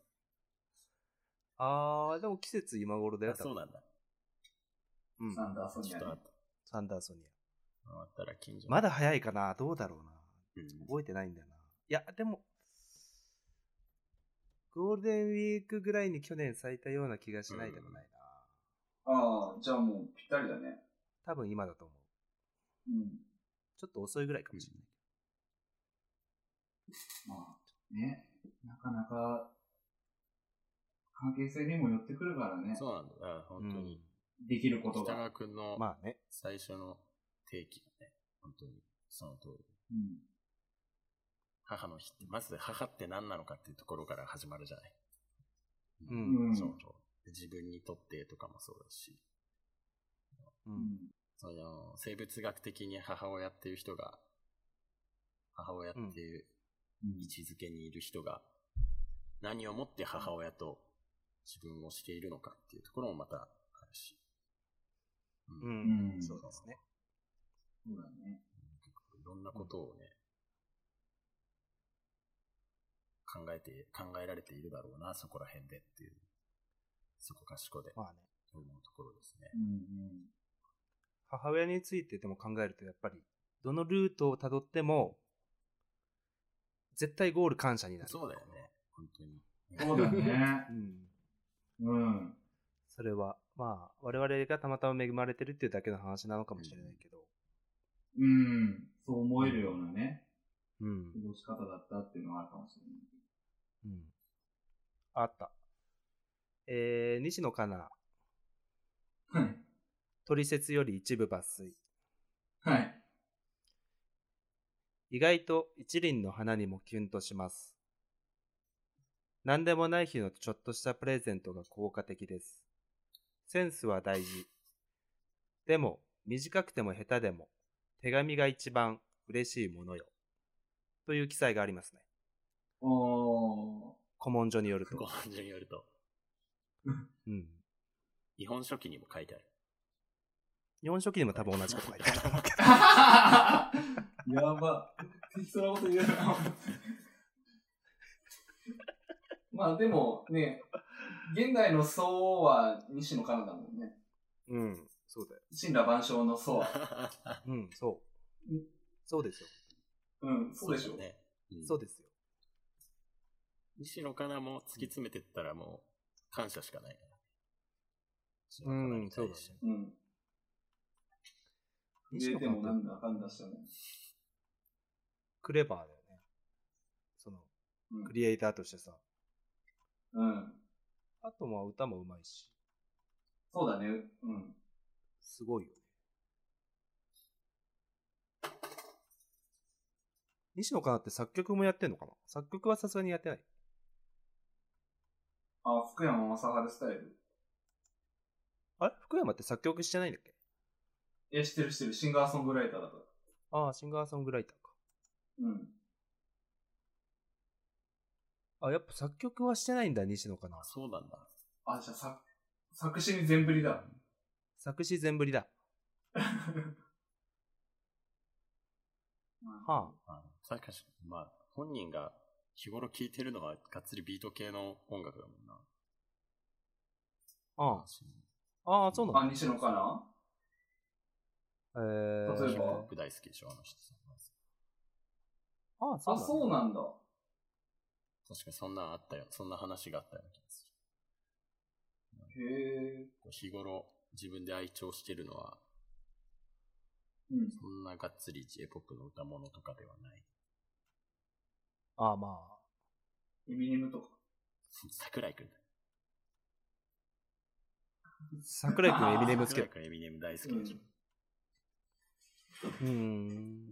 あー、でも季節今頃だよ。 そうなんだ。 うん。 サンダーソニア、ね。 サンダーソニア。 あったら近所。 まだ早いかな？どうだろうな。 うん、 覚えてないんだよな。いや、でも、ゴールデンウィークぐらいに去年咲いたような気がしないでもないな。うん、ああ、じゃあもうぴったりだね。 多分今だと思う。 うん。 ちょっと遅いぐらいかもしれない。 うん、まあ、ね。なかなか、関係性にも寄ってくるからね。 そうなんだ。あ本当に、 うん。できることが。 北川くんの、 まあね。 最初の提起がね、本当にその通り。 うん。 母の日って、まず母って何なのかっていうところから始まるじゃない。 うん。 うん、そうそう。自分にとってとかもそうだし。 うん。 その、生物学的に母親っていう人が、母親っていう位置づけにいる人が何をもって母親と自分をしているのかっていうところもまたあるし。 うん、うん、そうですね。 そうだね。 いろんなことをね、考えて、考えられているだろうな、そこら辺でっていう、そこかしこで、 まあね、 思うところですね。 うんうん、 母親についてでも考えると、やっぱり、どのルートをたどっても、絶対ゴール感謝になる。 そうだよね、本当に。 そうだね。 うん。 うん。 それは、まあ、我々がたまたま恵まれてるっていうだけの話なのかもしれないけど。 うん、うん、そう思えるようなね。 うん。 過ごし方だったっていうのはあるかもしれない。 うん。あった。えー、西野カナ。 はい。 トリセツより一部抜粋。 はい。 意外と一輪の花にもキュンとします。何でもない日のちょっとしたプレゼントが効果的です。センスは大事。でも、短くても下手でも、手紙が一番嬉しいものよ。という記載がありますね。 おー。 古文書によると。 古文書によると。 うん。 日本書紀にも書いてある。 日本書紀にも多分同じこと書いてあると思うけど。やば。適当なこと言うな。まあでもね、現代の僧は西野カナだもんね。 うん、そうだよ。 神羅万象の僧は。 うん、そう。そうですよ。 うん、そうでしょうね。 うん、そうですよ。 西野カナも突き詰めてったらもう感謝しかないから。 うん、そうだね。 うん。西野カナもなんだかんだしたね。 クレバーだよね。その、うん、クリエイターとしてさ。 うん。 あとまあ歌もうまいし。 そうだね。うん。 すごいよね。西野カナって作曲もやってんのかな？作曲はさすがにやってない。 あ、福山雅治スタイル。 あれ？福山って作曲してないんだっけ？ え、知ってる知ってる。シンガーソングライターだから。 ああ、シンガーソングライターか。 うん。 あ、やっぱ作曲はしてないんだ、西野カナ。 そうなんだ。 あ、じゃあ作、作詞に全振りだ。 作詞全振りだ。はあ。 確かに、まあ、本人が日頃聴いてるのはがっつりビート系の音楽だもんな。 ああ。ああ、そうなんだ。 あ、西野カナ？ えー、 例えば僕大好きでしょ、あの人さん。 ああ、そうなんだ。 あ、そうなんだ。 確かにそんなあったよ。そんな話があったような気がする。へえ。 日頃自分で愛聴してるのは、 うん、 そんながっつり J-ポップ の歌物とかではない。 ああ、まあ。 エミネムとか。 桜井くん。 桜井くんエミネム好きだ。 桜井くんエミネム大好きでしょ。 うん。うーん。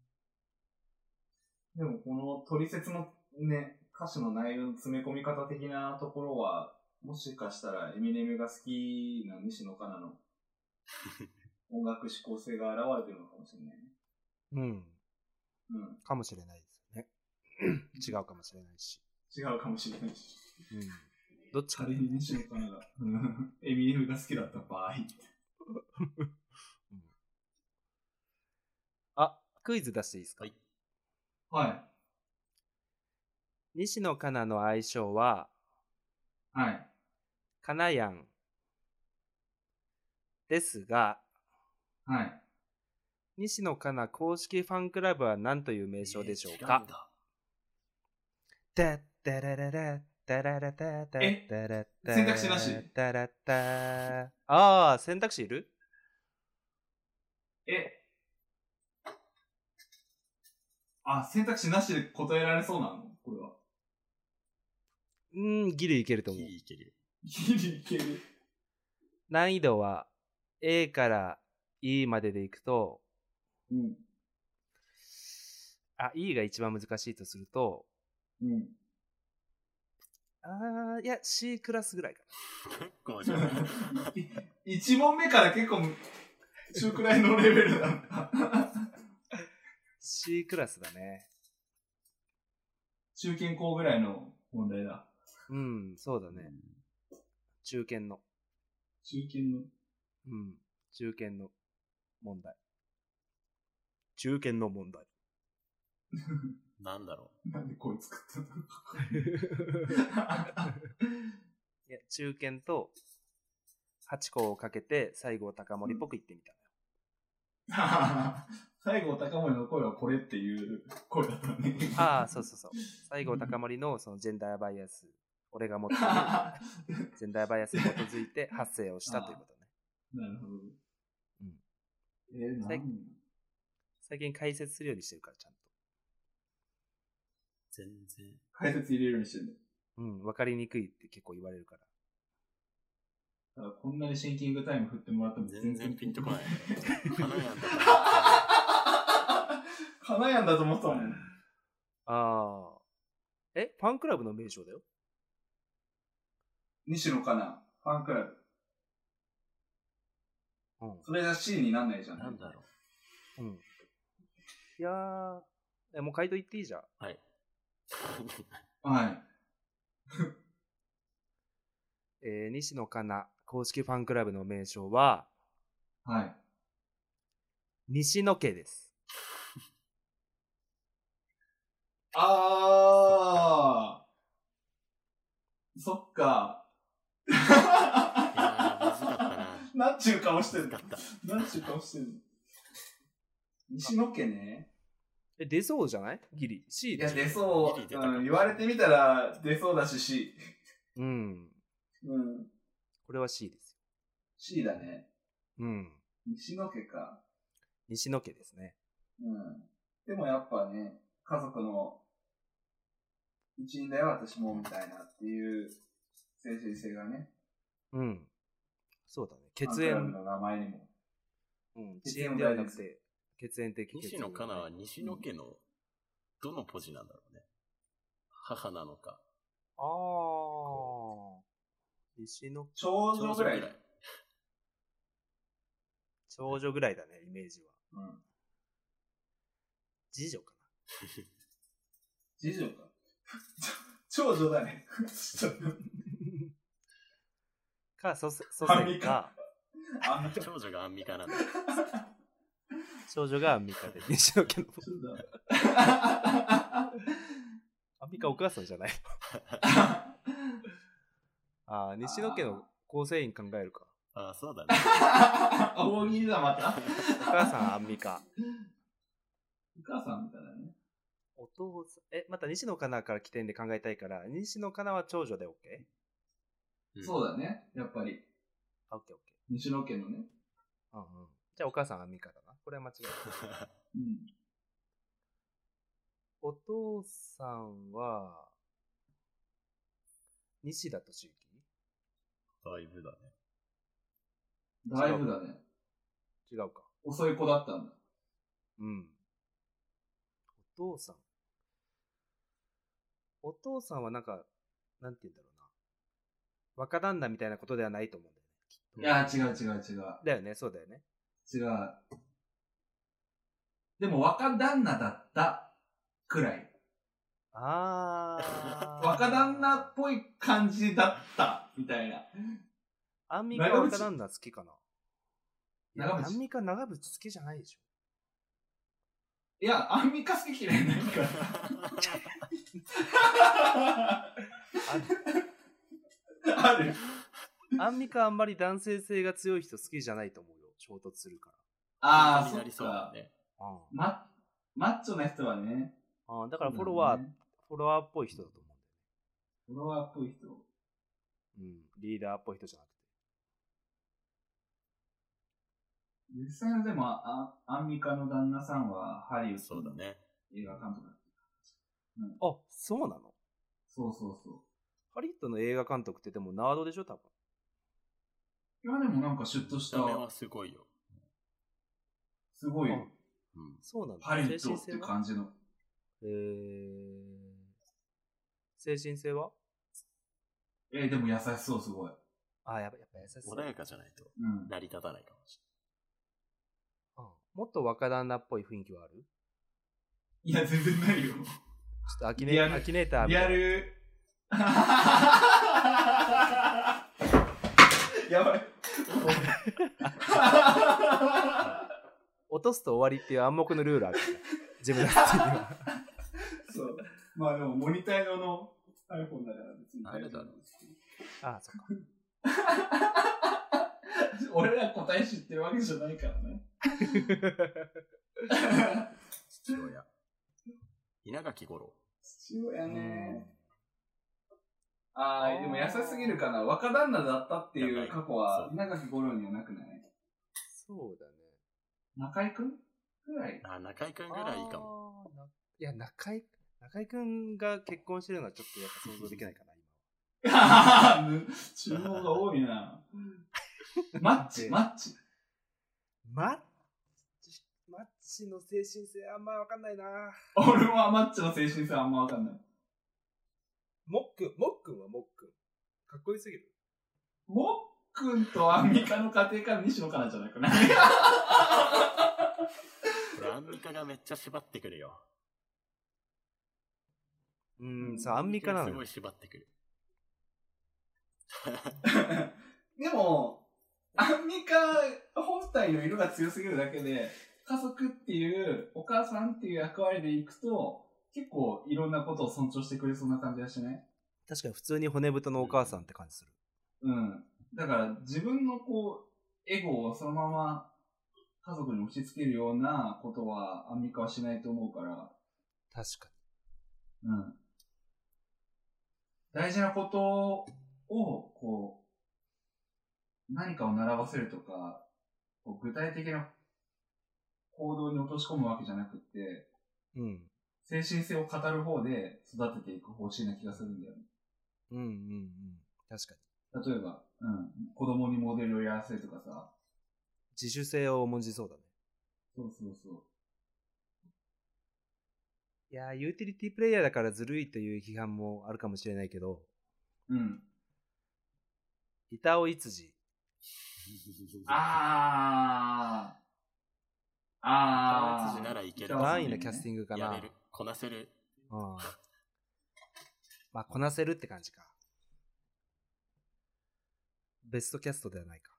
でもこのトリセツのね、歌詞の内容の詰め込み方的なところは、もしかしたらエミネムが好きな西野カナの音楽指向性が現れてるのかもしれないね。 うん。 うん。 かもしれないですよね。違うかもしれないし。 違うかもしれないし。 うん。どっちか。 仮に西野カナがエミネムが好きだった場合。 うん、あ、クイズ出していいですか？ はい。 はい。 西野カナの愛称は、 はい。 カナヤンですが、 はい。 西野カナ公式ファンクラブは何という名称でしょうか？てってれれれてれれててってれて選択肢なし。 てれてああ、選択肢いる？ えあ、選択肢なしで答えられそうなの？これは。 うーん、ギリいけると思う。 ギリいける。 ギリいける。 難易度は A から E まででいくと、 うん。 あ、E が一番難しいとすると、 うん。 あー、いや、C クラスぐらいか結構じゃない。 いち問目から結構、中くらいのレベルだった。 C クラスだね。 中堅校ぐらいの問題だ。 うん、そうだね。中堅の。 中堅のうん、中堅の問題。中堅の問題。 なんだろう。なんで声作ったのいや、中堅とはちこをかけて西郷隆盛っぽく言ってみたのよ。 西郷隆盛の声はこれっていう声だったね。 ああ、そうそうそう。西郷隆盛のそのジェンダーバイアス、俺が持っているジェンダーバイアスに基づいて発声をしたということね。 なるほど。 うん。 えー、 最何最近解説するようにしてるから、ちゃんと。 全然。 解説入れるようにしてるの。うん、わかりにくいって結構言われるから。 だからこんなにシンキングタイム振ってもらっても全然ピンとこない。花屋だと花屋だと思ったもん。 ああ。え、ファンクラブの名称だよ。 西野カナ、ファンクラブ。 うん。 それじゃ C になんないじゃん。 なんだろう。うん。いやー、え、もう回答言っていいじゃん。 はい。 はい。 えー、西野カナ公式ファンクラブの名称は、 はい。 西野家です。 あー。そっか。 いやー、むずかったな。 なんちゅう顔してるむずかった。 なんちゅう顔してるの西野家ね。 え、出そうじゃないギリ。C いや、 でしょ。 出そう。 ギリ出たかもうん、言われてみたら出そうだし C。 うん。 うん。 これは C ですよ。 C だね。 うん。 西野家か。 西野家ですね。 うん。でもやっぱね、家族の一員だよ、私も、みたいなっていう精神性がね。 うん。そうだね。血ファンクラブ縁。 の名前にも。 うん。血縁ではなくて、血縁的血縁。 西野カナは西野家のどのポジなんだろうね。母なのか。 ああ。西野長女ぐらい。 長女ぐらいだね、イメージは。 うん。 次女か次女か。長女だね。 か、祖先か。 長女がアンミカなんだ。 長女がアンミカで、西野家の。アンミカお母さんじゃないああ、西野家の構成員考えるか。 ああ、そうだね。 大喜利だ、また。 お母さんアンミカ。 お母さんみたいなね。 お父さん、え、また西野カナから起点で考えたいから、西野カナは長女で OK？、 うん、そうだね、やっぱり。 あ、OK、OK。 西野家のね。 うんうん。じゃあお母さんアンミカだな。これは間違いない。 うん。 お父さんは、西田敏行？ だいぶだね。 だいぶだね。 違うか。 遅い子だったんだ。 うん。お父さん。お父さんはなんか、なんて言うんだろうな。若旦那みたいなことではないと思うんだよね。きっと。 いや、違う違う違う。 だよね、そうだよね。 違う。でも若旦那だったくらい。 あー。 若旦那っぽい感じだったみたいな。 アンミカ若旦那好きかな。 長渕。 アンミカ長渕好きじゃないでしょ。 いや、アンミカ好き嫌いないから。ある。 アンミカあんまり男性性が強い人好きじゃないと思うよ。衝突するから。 ああ、そなりそうだね。 うん、マ, マッチョな人はね。 あだからフォロワー、ね、フォロワーっぽい人だと思うんだよね。 フォロワーっぽい人。 うん、リーダーっぽい人じゃなくて。 実際のでもあ、アンミカの旦那さんはハリウッドの映画監督だった、 ねうん。あ、そうなの？ そうそうそう。 ハリウッドの映画監督ってでもナードでしょ、多分。 いや、でもなんかシュッとした。 見た目はすごいよ。 すごいよ。 うん、そうなんだ。 ハリウッドって感じの。 えー、精神性は？ えー、でも優しそう、すごい。 あ、やっぱ、やっぱ優しそう。 穏やかじゃないと成り立たないかもしれない。 うん、もっと若旦那っぽい雰囲気はある？ いや、全然ないよ。 っとアキネアキネーターみリアたいな。 ル。やばい。 落とすと終わりっていう暗黙のルールあるから。自分のやつには。 そう。まあでも、モニター用の iPhone だから別に。 あれだろう。 ああ、そっか。 俺ら答え知ってるわけじゃないからね。 父親。稲垣吾郎。 父親ね。ああ、でも優しすぎるかな。若旦那だったっていう過去は稲垣吾郎にはなくない？ そうだね。 中居くんぐらい。 あ、中居くんぐらいいいかも。 いや、中居、中居くんが結婚してるのはちょっとやっぱ想像できないかな、 今。注文が多いな。マッチ、マッチ。 マッチ、マッチの精神性あんまわかんないな。 俺はマッチの精神性あんまわかんない。 もっくん、もっくんはもっくん。かっこよすぎる。 もっくんとアンミカの家庭から西野カナじゃないかな。 アンミカがめっちゃ縛ってくるよ。 うん、そう、アンミカなのよ。 すごい縛ってくる。 でも、アンミカ本体の色が強すぎるだけで、家族っていう、お母さんっていう役割でいくと、結構いろんなことを尊重してくれそうな感じがしない？ 確かに普通に骨太のお母さんって感じする。 うん。だから自分のこう、エゴをそのまま家族に押し付けるようなことはアンミカはしないと思うから。 確かに。うん。大事なことを、こう、何かを習わせるとか、こう具体的な行動に落とし込むわけじゃなくって、 うん。 精神性を語る方で育てていく方針な気がするんだよね。 うんうんうん。確かに。例えば、うん。子供にモデルをやらせるとかさ。 自主性を重んじそうだね。 そうそうそう。 いやー、ユーティリティプレイヤーだからずるいという批判もあるかもしれないけど。 うん。 板尾逸司。 あー。ああ。板尾逸司ならいける。 安易なキャスティングかな。 やれる。こなせる。 うん。まあ、こなせるって感じか。ベストキャストではないか。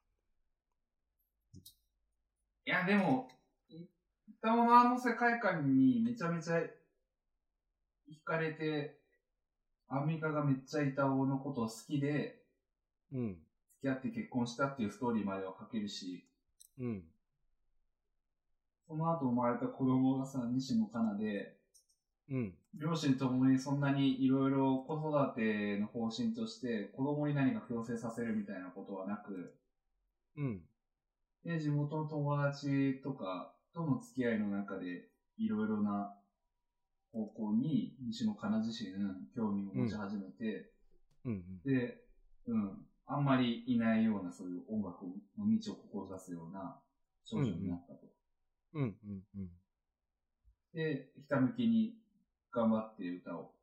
いや、でも、板尾のあの世界観にめちゃめちゃ惹かれて、アンミカがめっちゃ板尾のことを好きで、 うん。 付き合って結婚したっていうストーリーまでは書けるし、 うん。 その後生まれた子供がさ、西野カナで、 うん。 両親ともにそんなにいろいろ子育ての方針として子供に何か強制させるみたいなことはなく、 うん。 で、地元の友達とかとの付き合いの中でいろいろな方向に西野カナ自身興味を持ち始めて、 うんうん、 で、うん、あんまりいないようなそういう音楽の道を志すような少女になったと。 うんうんうん、 で、ひたむきに頑張って歌を。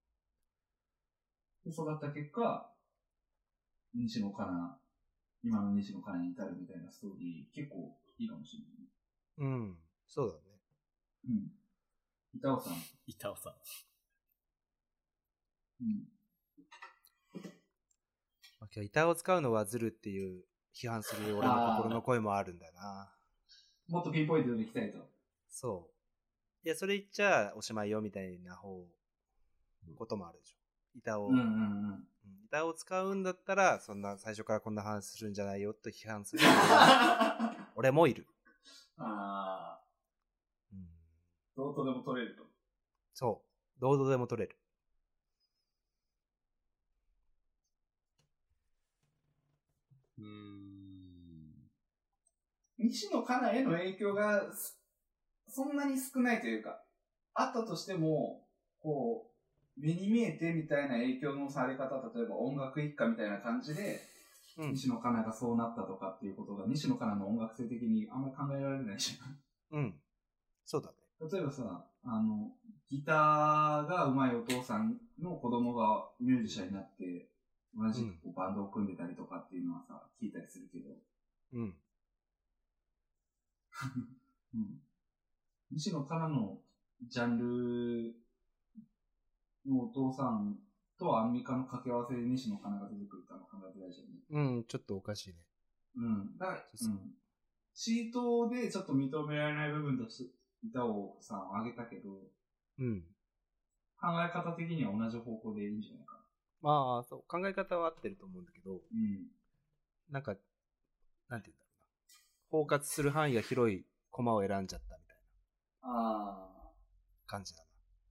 で、育った結果、西野カナ、今の西野カナに至るみたいなストーリー、結構いいかもしれないね。 うん、そうだね。 うん。板尾さん。 板尾さん。 うん。 まあ、板を使うのはずるっていう批判する俺の心の声もあるんだよな。 もっとピンポイントでいきたいと。 そう。いや、それ言っちゃおしまいよみたいな方、こともあるでしょ。板を。 うんうんうん。 板を使うんだったら、そんな最初からこんな話するんじゃないよと批判する俺もいる。 ああ。 うん。 どうとでも取れると。 そう。どうとでも取れる。 うーん。 西野カナへの影響がそんなに少ないというか、あったとしても、こう、目に見えてみたいな影響のされ方、例えば音楽一家みたいな感じで、うん、西野カナがそうなったとかっていうことが、西野カナの音楽性的にあんまり考えられないじゃん。うん。そうだね。 例えばさ、あの、ギターが上手いお父さんの子供がミュージシャンになって、同じくこうバンドを組んでたりとかっていうのはさ、聞いたりするけど。 うん。 うん。西野カナのジャンルのお父さんとアンミカの掛け合わせで西野カナが出てくるっての考えてないじゃんね。 うん、ちょっとおかしいね。 うん。だから、うん。シートでちょっと認められない部分として、板尾さんを挙げたけど、 うん。 考え方的には同じ方向でいいんじゃないかな。 まあ、そう、考え方は合ってると思うんだけど、 うん。 なんか、なんて言うんだろうな。包括する範囲が広いコマを選んじゃったみたいな。 ああ。 感じだな。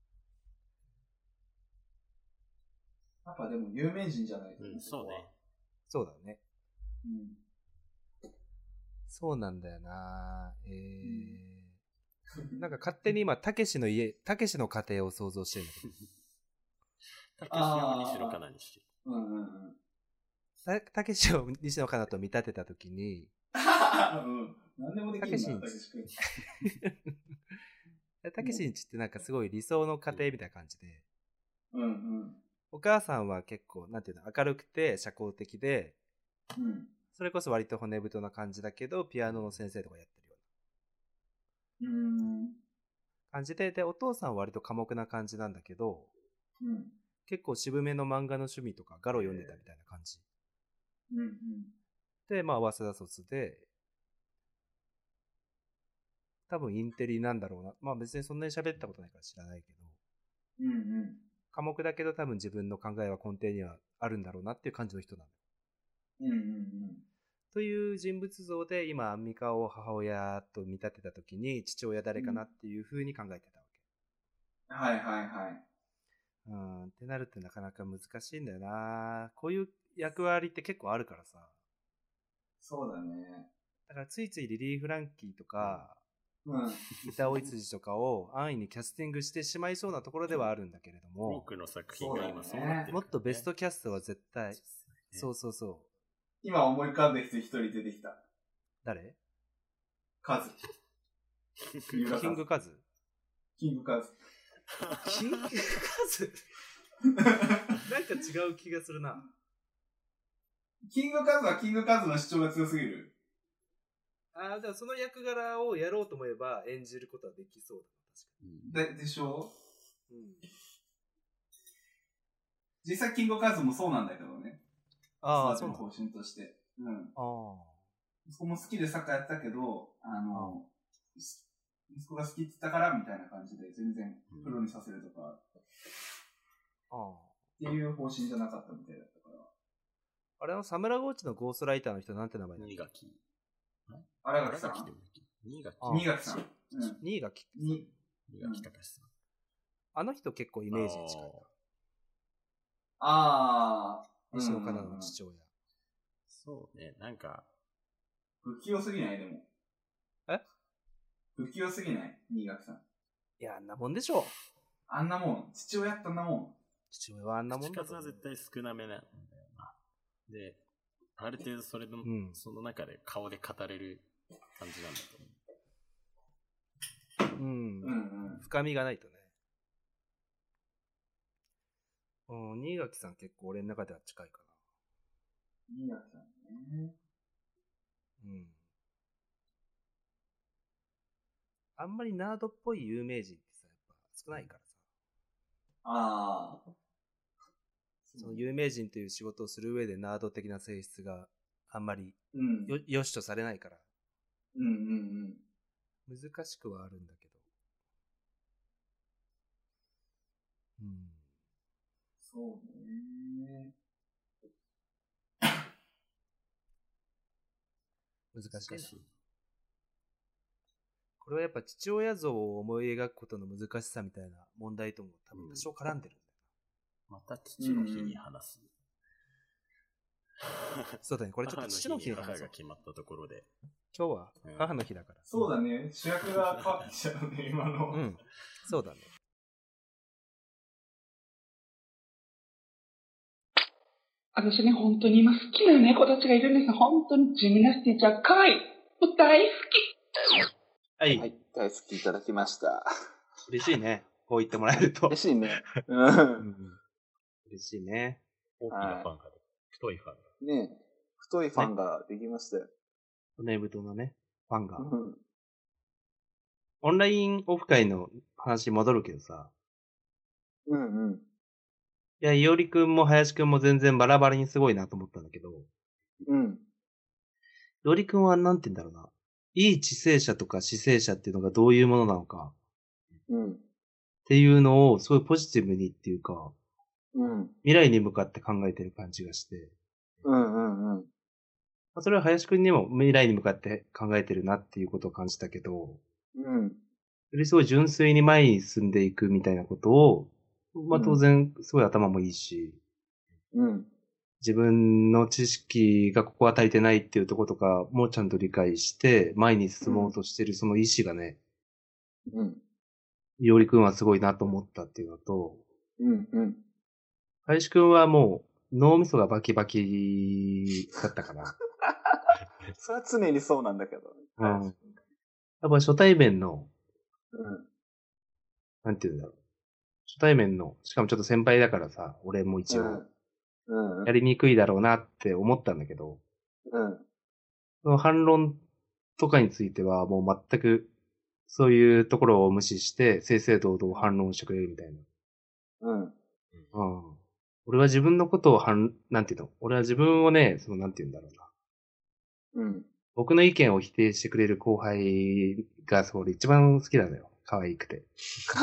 やっぱでも有名人じゃないと、 うん、そうね。 そうだね。 うん。 そうなんだよな。えー。うん、なんか勝手に今、たけしの家、たけしの家庭を想像してるんだけど。 たけしを西野カナにしてる。 うんうんうん。 た、たけしを西野カナと見立てたときに、 うん。何でもできるんだ、たけし君。 たけしんちってなんかすごい理想の家庭みたいな感じで、 うんうん。 お母さんは結構、なんていうの、明るくて社交的で、 うん。 それこそ割と骨太な感じだけど、ピアノの先生とかやってるような。うーん。 感じで、で、お父さんは割と寡黙な感じなんだけど、 うん。 結構渋めの漫画の趣味とかガロ読んでたみたいな感じ。 うんうん。 で、まあ、早稲田卒で、多分インテリなんだろうな。まあ別にそんなに喋ったことないから知らないけど、 うんうん。 寡黙だけど多分自分の考えは根底にはあるんだろうなっていう感じの人なんだ。 うんうんうん。 という人物像で今アンミカを母親と見立てた時に父親誰かなっていう風に考えてたわけ。 はいはいはい。 うん、ってなるとなかなか難しいんだよな。こういう役割って結構あるからさ。 そうだね。 だからついついリリー・フランキーとか、 うん、 板尾一とかを安易にキャスティングしてしまいそうなところではあるんだけれども、 多くの作品が今そうなってる、ね、 もっとベストキャストは絶対、そうそうそう。 今思い浮かんだ人一人出てきた。 誰？ カズ。 キングカズ？ キングカズ。 キングカズなんか違う気がするな。 キングカズはキングカズの主張が強すぎる。 ああ、でもその役柄をやろうと思えば演じることはできそうだ、確かに。で、でしょ？ うん。 実際キングカズもそうなんだけどね。 ああ、 そう。方針として。うん。 ああ。 息子も好きでサッカーやったけど、あの、息子が好きって言ったからみたいな感じで全然プロにさせるとか、 ああ。 っていう方針じゃなかったみたいだったから。 あれのサムラゴーチのゴーストライターの人なんて名前だっけ？ 新垣。 荒垣さん。 新垣。 新垣さん。 新垣。 新垣隆さん。 あの人結構イメージに近い。 ああ。 西野カナの父親。 そうね、なんか。 不器用すぎないでも。 え？ 不器用すぎない新垣さん。 いや、あんなもんでしょ。 あんなもん。父親ってあんなもん。 父親はあんなもんだ。 口数は絶対少なめなんだよな。で、ある程度それの、うん、その中で顔で語れる感じなんだと思う。 うん。うんうん。深みがないとね。うん、新垣さん結構俺の中では近いかな。新垣さんね。 うん。あんまりナードっぽい有名人ってさ、やっぱ少ないからさ。 ああ。 その有名人という仕事をする上でナード的な性質があんまりよ、うん、よしとされないから。 うんうんうん。 難しくはあるんだけど。うん。 そうね。 難しいな。これはやっぱ父親像を思い描くことの難しさみたいな問題とも多分多少絡んでるんだよな。また父の日に話す。 うん、そうだね、これちょっと父の日に話す。 母が決まったところで。 今日は母の日だから。うん、 そうだね、主役が変わってきちゃうね、今の。 うん、そうだね。 私ね、本当に今好きな猫たちがいるんです。本当にジムナスティちゃん、かわいい。大好き。 はい。 はい、大好きいただきました。 嬉しいね。こう言ってもらえると。 嬉しいね。 うん。嬉しいね。 大きなファンが、はい、太いファンが。ねえ、太いファンができましたよ。 骨太のね、ファンが。うん、オンラインオフ会の話戻るけどさ。 うんうん。 や、いおりくんも林くんも全然バラバラにすごいなと思ったんだけど。 うん。 いおりくんはなんて言うんだろうな。いい知性者とか姿勢者っていうのがどういうものなのか。 うん。 っていうのをすごいポジティブにっていうか、 うん。 未来に向かって考えてる感じがして。 うんうんうん。 それは林くんにも未来に向かって考えてるなっていうことを感じたけど、 うん。 よりすごい純粋に前に進んでいくみたいなことを、まあ当然すごい頭もいいし、 うん。 自分の知識がここは足りてないっていうところとかもちゃんと理解して前に進もうとしてるその意志がね、 うん。 いおりくんはすごいなと思ったっていうのと、 うんうん。 林くんはもう脳みそがバキバキだったから。 それは常にそうなんだけど。 うん。やっぱ初対面の、 うん。 なんていうんだろう。初対面の、しかもちょっと先輩だからさ、俺も一応、 うんうん、 やりにくいだろうなって思ったんだけど、 うん。 その反論とかについてはもう全く、そういうところを無視して、正々堂々反論してくれるみたいな。 うん。 うん。俺は自分のことを反、なんていうの俺は自分をね、そのなんていうんだろうな。 うん。 僕の意見を否定してくれる後輩が、それ一番好きなのよ。可愛くて。 後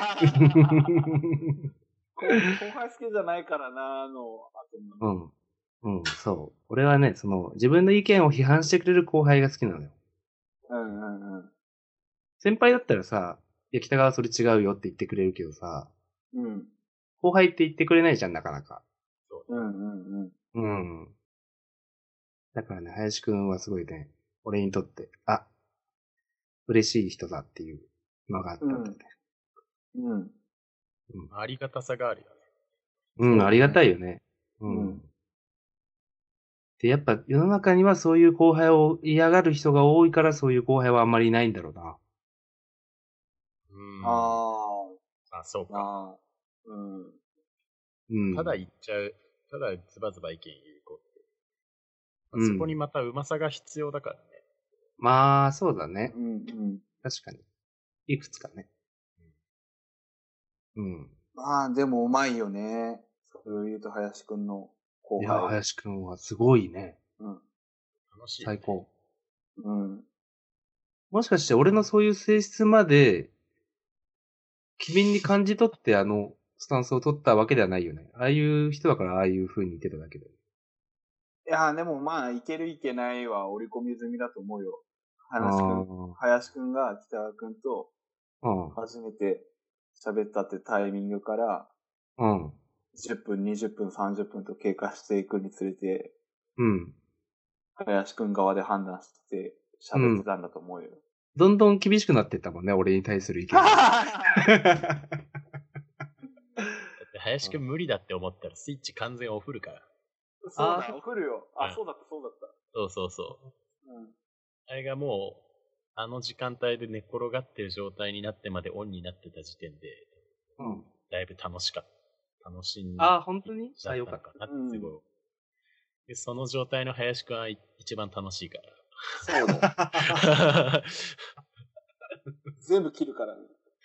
輩好きじゃないからなーの。 うん。うん、そう。俺はね、その、自分の意見を批判してくれる後輩が好きなのよ。 うんうんうん。 先輩だったらさ、いや、北川それ違うよって言ってくれるけどさ、 うん。 後輩って言ってくれないじゃん、なかなか。 うんうんうん。 うん。だからね、林くんはすごいね、俺にとって、あ、嬉しい人だっていうのがあったんだね。 うん。うん。 ありがたさがあるよね。 うん、ありがたいよね。うん。うん、で、やっぱ世の中にはそういう後輩を嫌がる人が多いからそういう後輩はあんまりいないんだろうな。 うん。 ああ。あ、そうか。 あうん。 うん。 ただ言っちゃう。ただズバズバ意見言う子って。まあ、そこにまたうまさが必要だからね。 うん、まあ、そうだね。 うんうん。 確かに。いくつかね。うん。 まあ、でもうまいよね。それを言うと林くんの後輩。いや、 林くんはすごいね。 うん。 楽しい、ね。 最高。 うん。 もしかして俺のそういう性質まで、機敏に感じ取ってあの、スタンスを取ったわけではないよね。ああいう人だからああいう風に言ってただけで。 いや、でもまあ、いけるいけないは織り込み済みだと思うよ。林くん、林くんが北川くんと、初めて喋ったってタイミングから、うん。じゅっぷん、にじゅっぷん、さんじゅっぷんと経過していくにつれて、うん。林くん側で判断して喋ってたんだと思うよ。うん、 どんどん厳しくなってったもんね、俺に対する意見が。だって林くん無理だって思ったらスイッチ完全オフるから。 そうだ、オフるよ。あ、うん、そうだった、そうだった。 そうそうそう。うん。あれがもう、あの時間帯で寝転がってる状態になってまでオンになってた時点で、うん。だいぶ楽しかった。楽しんで。 ああ、本当にあ、よかった。 なってすごい、うん。で、その状態の林くんは一番楽しいから。 そうだ。全部切るからね。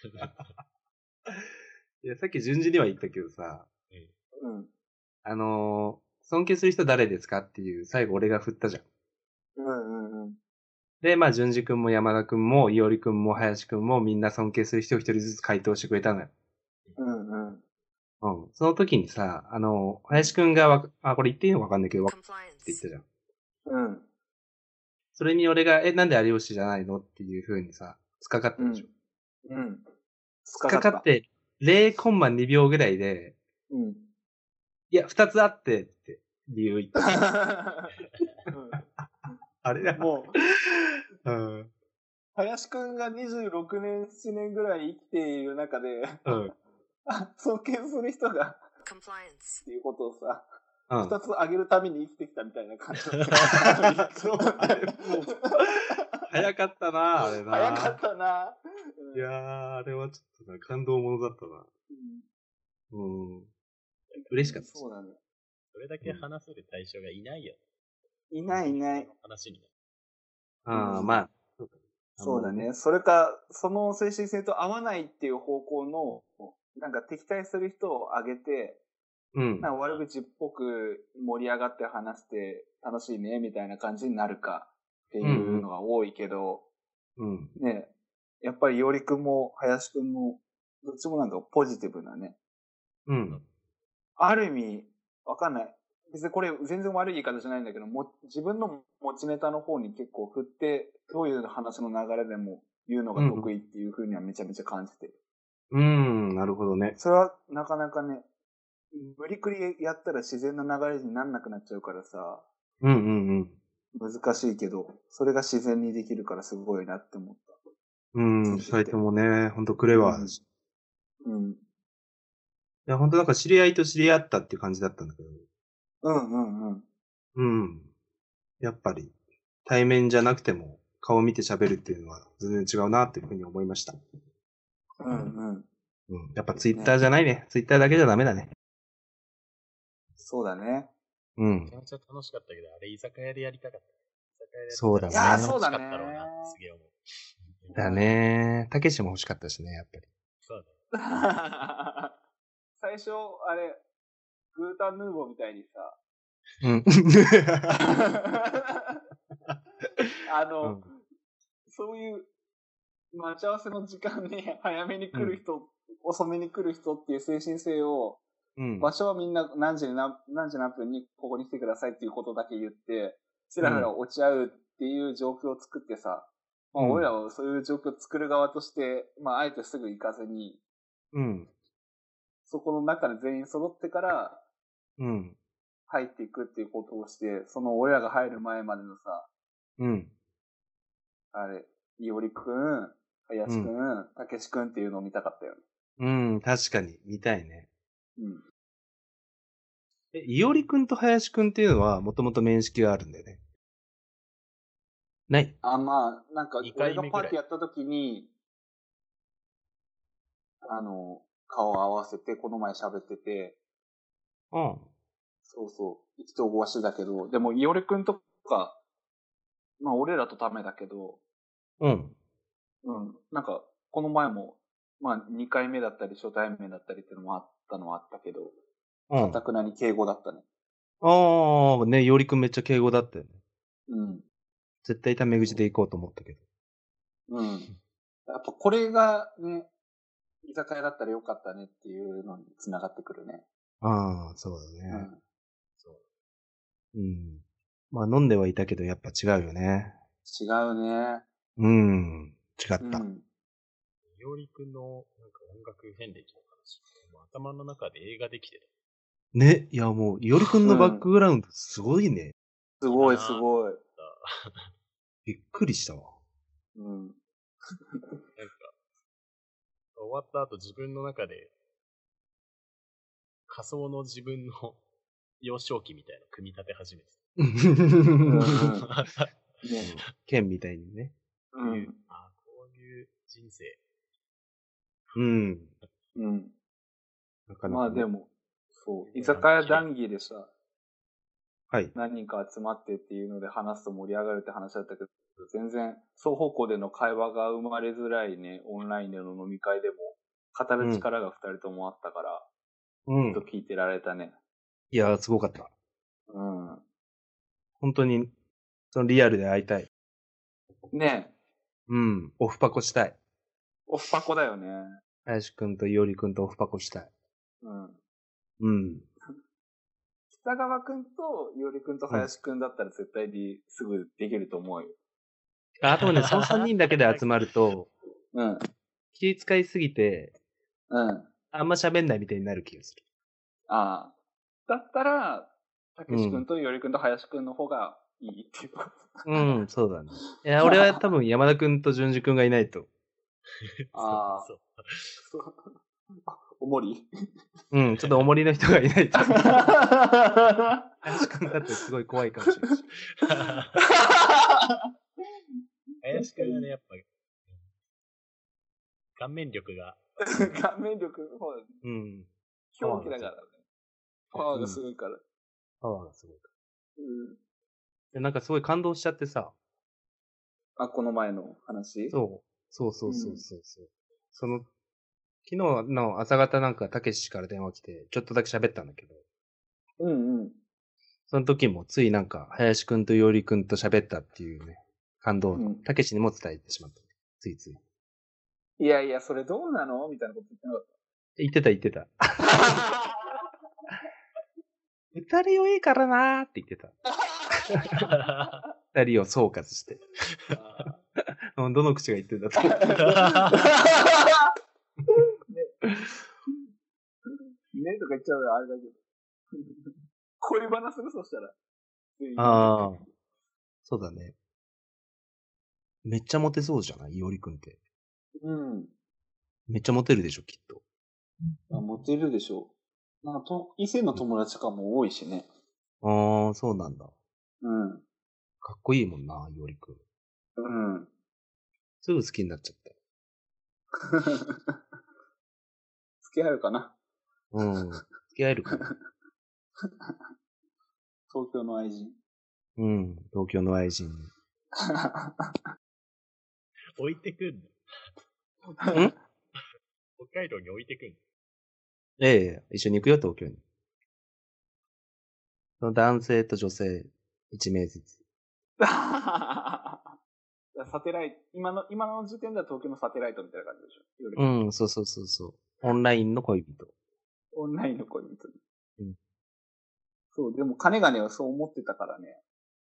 いや、さっき順次には言ったけどさ、うん。あのー、尊敬する人誰ですかっていう、最後俺が振ったじゃん。 うんうんうん。 で、まあ、順次くんも山田くんも、いおりくんも林くんもみんな尊敬する人を一人ずつ回答してくれたのよ。 うんうん。 うん。その時にさ、あの、林くんがわ、あ、これ言っていいのかわかんないけど、って言ったじゃん。 うん。 それに俺が、え、なんで有吉じゃないのっていう風にさ、突っかかったでしょ。 うん。うん。 突っかかって、ゼロコンマにびょうぐらいで、うん。いや、二つあってって、理由言った。うんあれだ。 もう、うん。林くんがにじゅうろくねん、ななねんぐらい生きている中で、うん。尊敬する人が、っていうことをさ、二、うん、つあげるために生きてきたみたいな感じ。そう、あれもう、 早かったな、あれな。 早かったな。 うん、いやー、あれはちょっとな、感動ものだったな。うん。うん、嬉しかった。 そうだね。 それだけ話せる対象がいないよ。 いないいない。 話に。 ああ、まあ。 そうだね。それか、その精神性と合わないっていう方向の、なんか敵対する人を挙げて、 うん。 なんか悪口っぽく盛り上がって話して楽しいね、みたいな感じになるかっていうのが多いけど、 うん。 ね、やっぱりいおりくんも林くんも、どっちもなんかポジティブなね。 うん。 ある意味、わかんない。別にこれ全然悪い言い方じゃないんだけど、も自分の持ちネタの方に結構振って、どういう話の流れでも言うのが得意っていう風にはめちゃめちゃ感じてる。 うん、うん、なるほどね。 それはなかなかね、無理くりやったら自然な流れになんなくなっちゃうからさ。 うんうんうん。難しいけど、それが自然にできるからすごいなって思った。 うん、二人ともね、ほんとクレバーだし。 うん。うん、いや、ほんとなんか知り合いと知り合ったっていう感じだったんだけど。 うんうんうん。 うん。やっぱり、対面じゃなくても、顔見て喋るっていうのは全然違うなっていうふうに思いました。 うんうん。 うん。やっぱツイッターじゃないね。ねツイッターだけじゃダメだね。 そうだね。 うん。 めちゃめちゃ楽しかったけど、あれ居酒屋でやりたかった。居酒屋でそうだね。 いや、そうだね。 楽しかったろうなってすげえ思う。 だね。たけしも欲しかったしね、やっぱり。 そうだね。最初、あれ、グータンヌーボーみたいにさ、 うん。 あの、うん、そういう待ち合わせの時間に早めに来る人、うん、遅めに来る人っていう精神性を、うん、場所はみんな何時に何、何時何分にここに来てくださいっていうことだけ言って、ちらほら落ち合うっていう状況を作ってさ、うん、まあ、俺らはそういう状況を作る側として、まあ、あえてすぐ行かずに、 うん、 そこの中で全員揃ってから、 うん、 入っていくっていうことをして、その俺らが入る前までのさ、 うん、 あれ、いおりくん、林くん、たけしくんっていうのを見たかったよね。 うん、確かに、見たいね。 うん。 え、いおりくんと林くんっていうのは、もともと面識があるんだよね。ない。 あ、まあ、なんか、俺がパーティーやった時に、あの、顔を合わせて、この前喋ってて、 うん。 そうそう、意気投合はしてたけど、でも、いおりくんとか、まあ、俺らとためだけど、 うん。 うん。なんか、この前も、まあ、にかいめだったり、初対面だったりっていうのもあったのはあったけど、かたくなに敬語だったね。 ああ、ね、いおりくんめっちゃ敬語だったよね。 うん。 絶対タメ口で行こうと思ったけど。 うん。やっぱこれがね、居酒屋だったらよかったねっていうのに繋がってくるね。 ああ、そうだね。 うん。そう。 うん。まあ飲んではいたけどやっぱ違うよね。 違うね。 うん。違った。うん。 いおりくんのなんか音楽遍歴の話、もう頭の中で映画できてた。 ね、いやもう、いおりくんのバックグラウンドすごいね。 うん、すごいすごい。 びっくりしたわ。 うん。 なんか、終わった後自分の中で、仮想の自分の幼少期みたいなの組み立て始めてた。 ね、剣みたいにね。 うん。 あ、こういう人生。 うん。 うん。 なかなか、ね、 まあでも、そう、居酒屋談義でさ、 はい。 何人か集まってっていうので話すと盛り上がるって話だったけど、全然双方向での会話が生まれづらいね、オンラインでの飲み会でも、語る力が二人ともあったから、うん。ずっと聞いてられたね。 いやー、すごかった。 うん。 本当に、そのリアルで会いたい。 ねえ。 うん。オフパコしたい。 オフパコだよね。 林くんといおりくんとオフパコしたい。 うん。 うん。 北川くんといおりくんと林くんだったら絶対にすぐできると思うよ。 あとね、そのさんにんだけで集まると、 うん。 気遣いすぎて、 うん。 あんま喋んないみたいになる気がする。 ああ。だったら、たけしくんといおりくんと林くんの方がいいっていうこと。 うん、そうだね。いや、俺は多分山田くんと淳二くんがいないと。 ああ。そう。そうおもりうん、ちょっとおもりの人がいないと。林くんだってすごい怖いかもしれない。 林くんはね、やっぱ、顔面力が。 顔面力の方だね。 うん。 狂気だからね。パワーがすごいから。 パワーがすごいから。 うん。 で、なんかすごい感動しちゃってさ。 あ、この前の話？ そう。そうそうそうそうそう、うん。その、 昨日の朝方なんか、たけしから電話来て、ちょっとだけ喋ったんだけど。 うんうん。 その時もついなんか、林くんといおりくんと喋ったっていうね、感動を、たけしにも伝えてしまった。ついつい。 いやいや、それどうなのみたいなこと言ってなかった。 言ってた言ってた。二人良いからなーって言ってた。二人を総括して。どの口が言ってんだと思って。 ねとか言っちゃうよ、あれだけど。恋バナするそしたら。 ああ。そうだね。めっちゃモテそうじゃないいおりくんって。 うん。 めっちゃモテるでしょ、きっと。 あ、モテるでしょ。なんかと、異性の友達とかも多いしね。 ああ、そうなんだ。 うん。 かっこいいもんな、いおりくん。 うん。 すぐ好きになっちゃった。 付き合えるかなうん。付き合えるかな東京の愛人。 うん、東京の愛人。 置いてくんのん北海道に置いてくんのええ、一緒に行くよ、東京に。その男性と女性、一名ずつ。 サテライト、今の、今の時点では東京のサテライトみたいな感じでしょ。 うん、そうそうそうそう。オンラインの恋人。 オンラインの恋人。 うん。 そう、でも金がねはそう思ってたからね。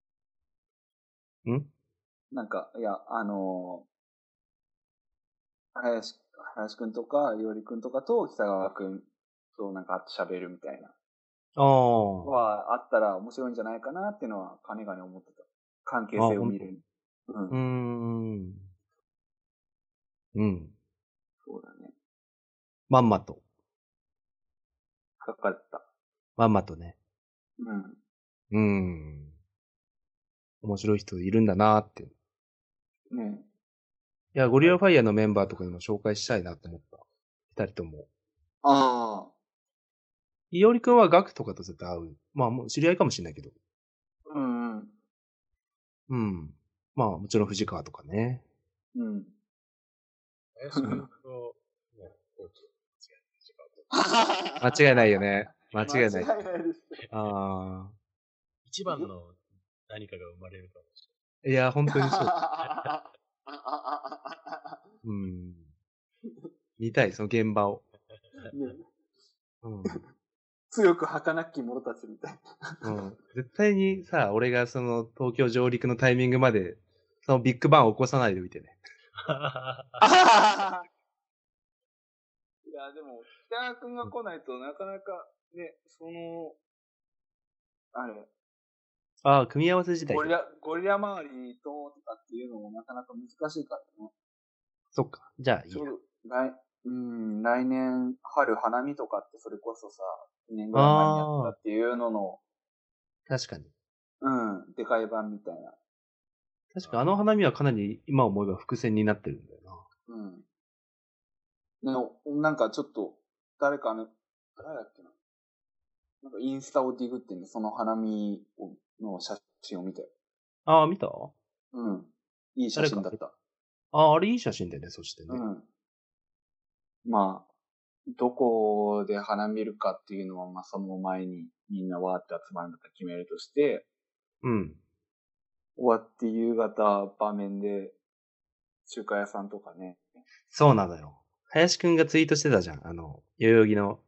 んなんか、いや、あのー、林、林くんとか、いおりくんとかと北川くんとなんか喋るみたいな。 ああ。 はあったら面白いんじゃないかなっていうのは金がね思ってた。関係性を見るに。 うん。うーん。うん。 そうだね。 まんまと。 かかった。 まんまとね。 うん。 うーん。面白い人いるんだなーって。 ねいや、ゴリラファイヤーのメンバーとかにも紹介したいなと思った。二人とも。 ああ。 いおりくんはガクとかと絶対会う。まあもう知り合いかもしれないけど。 うんうん。 うん。まあもちろん藤川とかね。 うん。 え、それと、 間違いないよね。間違いない。 間違いないです。 ああ。 一番の何かが生まれるかもしれない。いや、本当にそう。うん。見たい、その現場を。ねうん、強く儚き者たちみたいな。うん。絶対にさ、俺がその東京上陸のタイミングまで、そのビッグバンを起こさないでおいてね。 いや、でも、北川くんが来ないとなかなかね、その、あれ。 ああ、組み合わせ自体。 ゴリラ、ゴリラ周りと、とかっていうのもなかなか難しいからね。 そっか。じゃあいいや。 来、うん、来年春花見とかってそれこそさ、にねんぐらい前にやったっていうのの、 確かに。 うん、でかい版みたいな。 確かあの花見はかなり今思えば伏線になってるんだよな。うん。ね、なんかちょっと、誰かね、誰だっけな。なんかインスタをディグってね、その花見の写真を見たよ。 ああ、見た？ うん。いい写真だった。 ああ、あれいい写真だよね、そしてね。 うん。まあ、どこで花見るかっていうのは、まあその前にみんなわーって集まるんだったら決めるとして、 うん。 終わって夕方場面で、中華屋さんとかね。 そうなのよ。林くんがツイートしてたじゃん。あの、代々木の。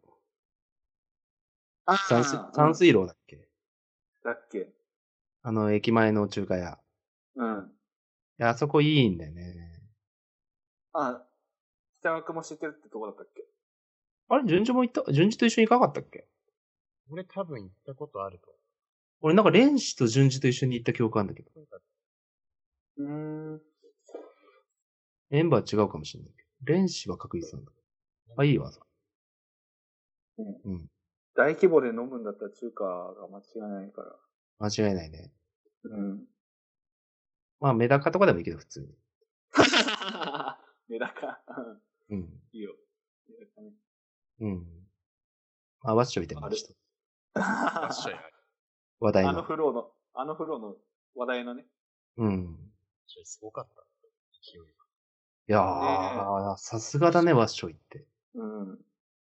山水、山水楼だっけ、うん、 だっけあの、駅前の中華屋。 うん。 いや、あそこいいんだよね。 あ、北枠も知ってるってとこだったっけ？ あれ、順次も行った、順次と一緒に行かなかったっけ？ 俺多分行ったことあると。 俺なんか蓮司と順次と一緒に行った記憶あるんだけど。 うーん。 メンバー違うかもしれないけど。蓮司は確実なんだ。あ、いいわ。 うん。 うん。 大規模で飲むんだったら中華が間違いないから。 間違いないね。 うん。 まあ、メダカとかでもいいけど、普通に。 メダカ。 うん。 いいよ。メダカね。 うん。あ、ワッショイでもした。 ワッショイ話題の。 あのフローの、あのフローの話題のね。 うん。 それすごかった。勢いが。 いやー、さすがだね、ワッショイって。 うん。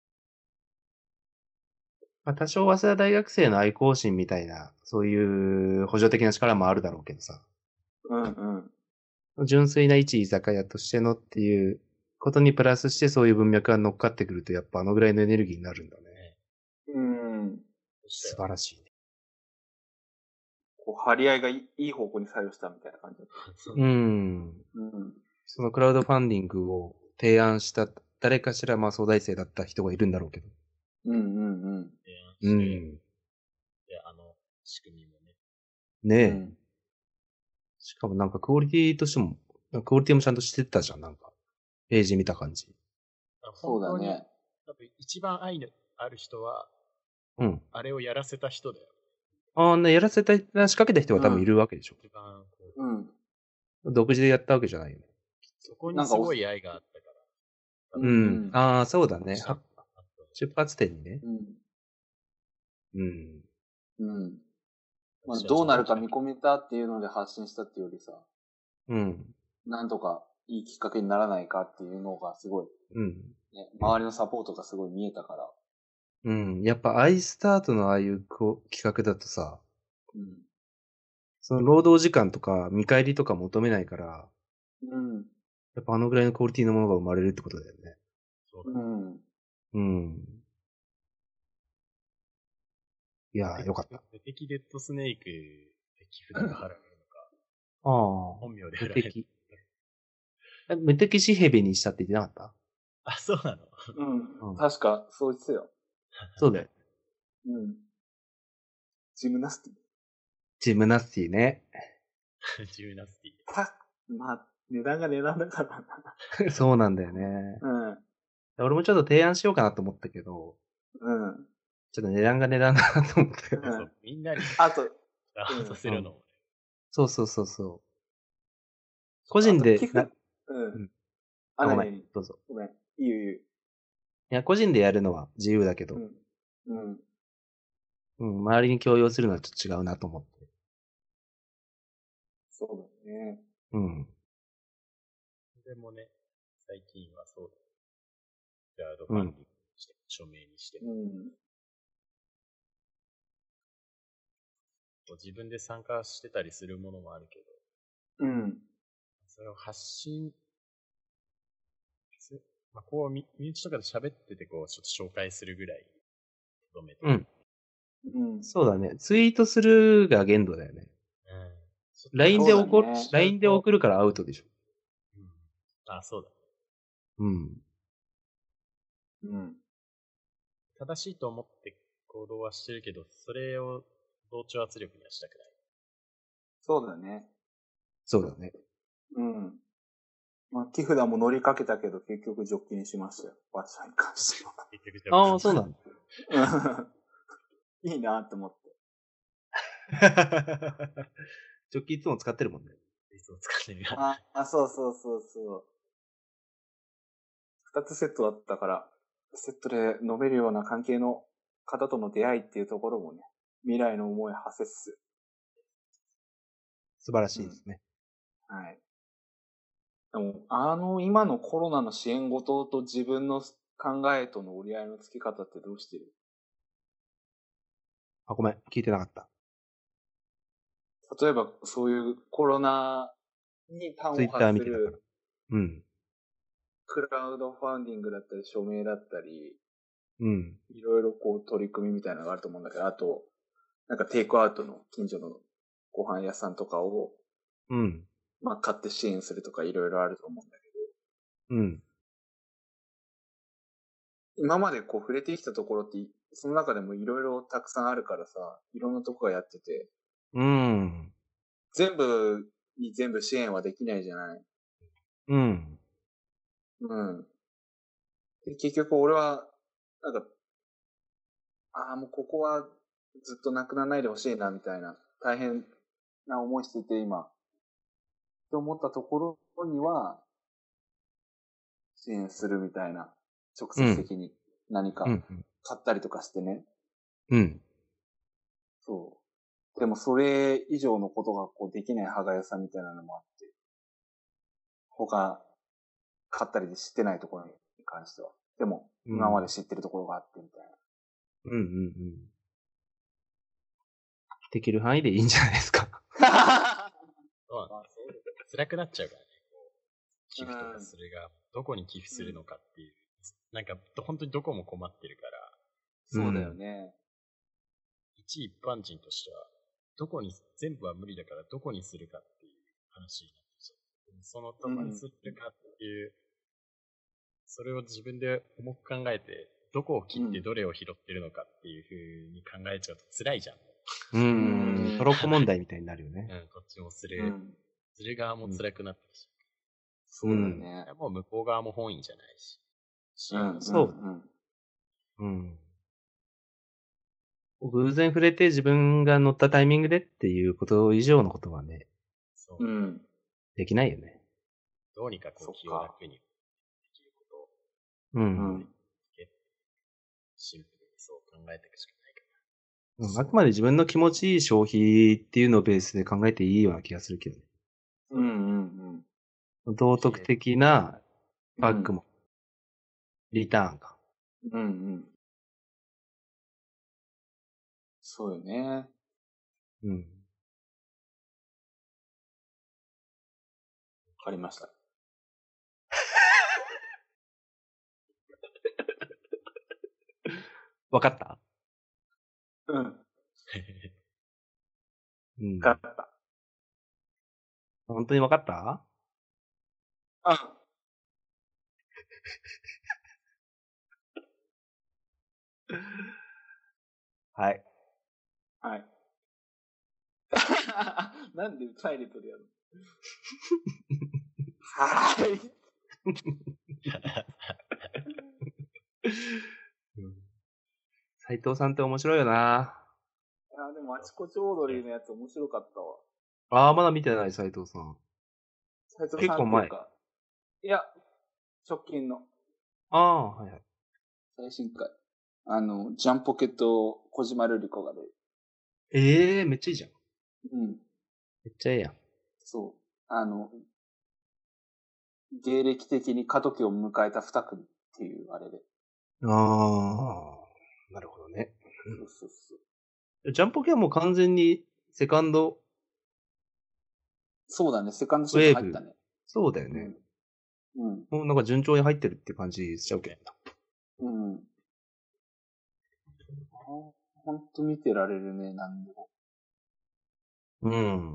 まあ、多少早稲田大学生の愛好心みたいな、そういう補助的な力もあるだろうけどさ。 うんうん。 純粋な一居酒屋としてのっていうことにプラスしてそういう文脈が乗っかってくるとやっぱあのぐらいのエネルギーになるんだね。 うん。 素晴らしいね。 こう、張り合いがいい方向に作用したみたいな感じだった。 うん。うん。そのクラウドファンディングを提案した誰かしらまあ総大生だった人がいるんだろうけど。 うんうんうん。 うん。 で、あの、仕組みもね。 ねえ。うん、しかもなんかクオリティとしても、クオリティもちゃんとしてたじゃん、なんか。ページ見た感じ。 そうだね。 多分一番愛のある人は、 うん。 あれをやらせた人だよ。 ああ、ね、やらせた、仕掛けた人が多分いるわけでしょ。一番こう。うん。独自でやったわけじゃないよね。 そこにすごい愛があったから。 うん。ああ、そうだね。出発点にね。 うん。うん。うん。まあ、どうなるか見込めたっていうので発信したっていうよりさ。 うん。 なんとかいいきっかけにならないかっていうのがすごい。 うん。 ね、周りのサポートがすごい見えたから。 うん。やっぱアイスタートのああいうこう企画だとさ、うん。その労働時間とか見返りとか求めないから、うん。やっぱあのぐらいのクオリティのものが生まれるってことだよね。 そうだね。 うん。うん。いやー、よかった。 無敵デッドスネークで寄付が払えるのか。 ああ。 本名で払える。無敵。 無敵シヘベにしたって言ってなかった？ あ、そうなの？ うん。確か、そう言ってたよ。 そうだよ。 うん。ジムナスティ。 ジムナスティね。 ジムナスティ。 た、まあ、値段が値段だからな。そうなんだよね。うん。俺もちょっと提案しようかなと思ったけど、うん。ちょっと値段が値段だなと思って。 うん、みんなに。 あと、 させるの、うん。 そうそうそうそう。個人で、 うん。うん。あ、ごめん。 どうぞ。 ごめん。いいよいいよ。いや、個人でやるのは自由だけど。うん。うん。うん、周りに強要するのはちょっと違うなと思って。 そうだね。 うん。 でもね、最近はそうだ。クラウドファンディングにして、うん、署名にしても。うん。自分で参加してたりするものもあるけど。うん。それを発信、まあ、こう、身内とかで喋ってて、こう、ちょっと紹介するぐらい、とどめて。 うん。うん。そうだね。ツイートするが限度だよね。うん。ライン で送る、ね、ライン で送るからアウトでしょ。 うん。あ、そうだ。 うん。 うん。 正しいと思って行動はしてるけど、それを同調圧力にはしたくない。 そうだね。 そうだね。 うん。まあ、木札も乗りかけたけど、結局ジョッキにしましたよ。バチさんに関しては。 ああ、そうなんだ。いいなって思って。 ジョッキいつも使ってるもんね。 いつも使ってるああ、そうそうそうそう。二つセットだったから、セットで飲めるような関係の方との出会いっていうところもね、未来の思いはせっす。 素晴らしいですね。 うん、はい。でも、あの、今のコロナの支援ごとと自分の考えとの折り合いのつけ方ってどうしてる？ あ、ごめん、聞いてなかった。 例えば、そういうコロナに端を発する、 うん。 クラウドファンディングだったり、署名だったり、 うん。 いろいろこう取り組みみたいなのがあると思うんだけど、あと、なんかテイクアウトの近所のご飯屋さんとかを、 うん。 まあ、買って支援するとかいろいろあると思うんだけど。うん。 今までこう触れてきたところって、その中でもいろいろたくさんあるからさ、いろんなとこがやってて。 うん。 全部に全部支援はできないじゃない。 うん。 うん。で結局俺は、なんか、ああ、もうここはずっとなくならないでほしいな、みたいな、大変な思いしてて今、って思ったところには、支援するみたいな、直接的に何か買ったりとかしてね。 うん。 そう。でもそれ以上のことがこうできない歯がゆさみたいなのもあって、他、買ったりで知ってないところに関しては。 でも、今まで知ってるところがあってみたいな。 うんうんうん。できる範囲でいいんじゃないですか。 そうなんです。辛くなっちゃうからね。寄付とかするが、どこに寄付するのかっていう。なんか、本当にどこも困ってるから。 そうだよね。 一一般人としては、どこに、全部は無理だからどこにするかっていう話になってきちゃう。そのどこにするかっていう、うん、それを自分で重く考えて、どこを切ってどれを拾ってるのかっていう風に考えちゃうと辛いじゃん。 うん。トロッコ問題みたいになるよね。 うん、こっちもする。うん、する側も辛くなってきちゃう。 そうだね。 もう向こう側も本意じゃないし。 うん、そう。うん。偶然触れて自分が乗ったタイミングでっていうこと以上のことはね。 そう。うん。 できないよね。 どうにかこう気を楽にできることを。 うん。うん、 シンプルにそう考えていくしかないかな。 うん、あくまで自分の気持ちいい消費っていうのをベースで考えていいような気がするけどね。 うんうんうん。道徳的なバックも、うん、リターンか。 うんうん。そうよね。 うん。わかりました。 わかった？ うん。 うん。 わかった。 本当にわかった？ うん。 はい。 はい。なんでサイレントでやるの？はーい。 斉藤さんって面白いよな。 いや、でもあちこちオードリーのやつ面白かったわ。 ああ、まだ見てない、斉藤さん。 斉藤さん結構前。いや、直近の。 ああ、はいはい。 最新回。あの、ジャンポケと小島瑠璃子が出る。 ええー、めっちゃいいじゃん。 うん。 めっちゃええやん。 そう。あの、芸歴的に過渡期を迎えた二組っていうあれで。 ああ、なるほどね。 そうそうそう。 ジャンポケはもう完全にセカンド。 そうだね、セカンドシーズン入ったね。 そうだよね。 うん。 もうなんか順調に入ってるって感じしちゃうけど。うん。ほんと見てられるね、何でも。 うん。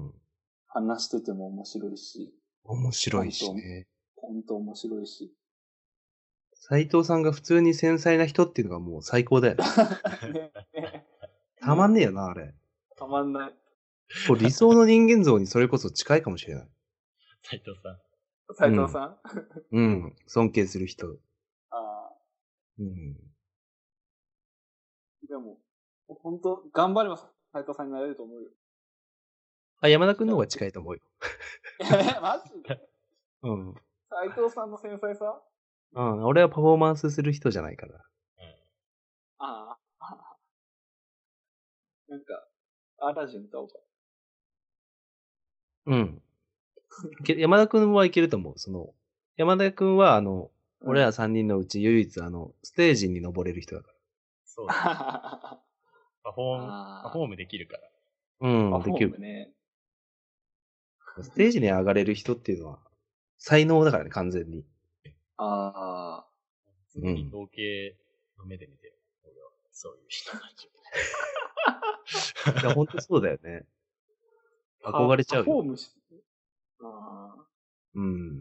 話してても面白いし。 面白いしね。 ほんと面白いし。 斉藤さんが普通に繊細な人っていうのがもう最高だよね。ねたまんねえよな、あれ。 たまんない。 これ理想の人間像にそれこそ近いかもしれない。 斉藤さん。 斉藤さん、 うん、うん。尊敬する人。 ああ。 うん。 でも、本当頑張れば斉藤さんになれると思うよ。 あ、山田くんの方が近いと思うよ。 え、マジで？ うん。 斉藤さんの繊細さ？ うん、俺はパフォーマンスする人じゃないから。うん。 ああ。なんか、アラジン歌おうか。 うん。山田くんはいけると思う。その、山田くんは、あの、うん、俺ら三人のうち唯一、あの、ステージに登れる人だから。 そうだ、ね。パフォーム、パフォームできるから。 うん、できる。ね。ステージに上がれる人っていうのは、才能だからね、完全に。 ああ。 うん。統計の目で見てる。俺は、そういう人なんじゃ。いや、ほんとそうだよね。憧れちゃうよ。 パフォームし、ああ。 うん。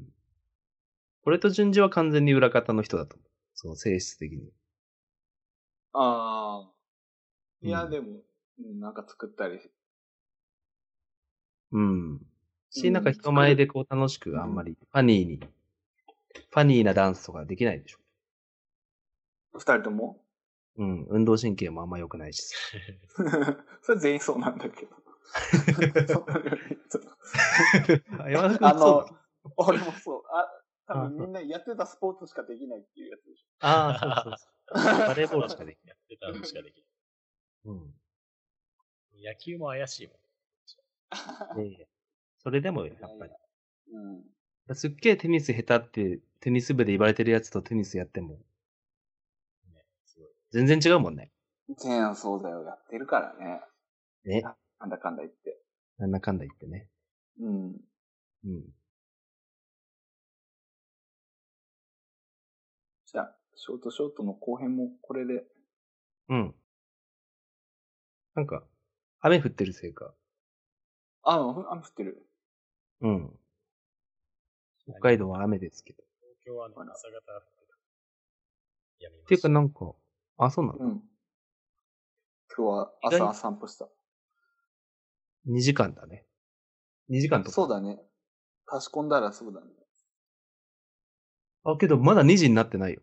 俺と順次は完全に裏方の人だと思う。その性質的に。 ああ。いや、うん、でも、なんか作ったり。 うん。し、なんか人前でこう楽しくあんまりファニーに、うん、ファニーなダンスとかできないでしょ。 二人とも？ うん。運動神経もあんま良くないし。 それ全員そうなんだけど。 山田君あの、俺もそう。あ、多分みんなやってたスポーツしかできないっていうやつでしょ。 ああ、そうそうそう。バレーボールしかできない。 やってたのしかできない。うん。 野球も怪しいもん。いやいやそれでもやっぱり。 うん。 すっげえテニス下手って、テニス部で言われてるやつとテニスやっても、 全然違うもんね。 全然そうだよ。やってるからね。 ね。 なんだかんだ言って。 なんだかんだ言ってね。 うん。 うん。 じゃあ、ショートショートの後編もこれで。 うん。なんか、雨降ってるせいか。 あ、雨降ってる。 うん。北海道は雨ですけど。 東京はね、朝方降ってた。 っていうかなんか、あ、そうなんだ。うん。 今日は朝散歩した。 にじかんだね。にじかんとか。 そうだね。足し込んだらそうだね。 あ、けどまだにじになってないよ。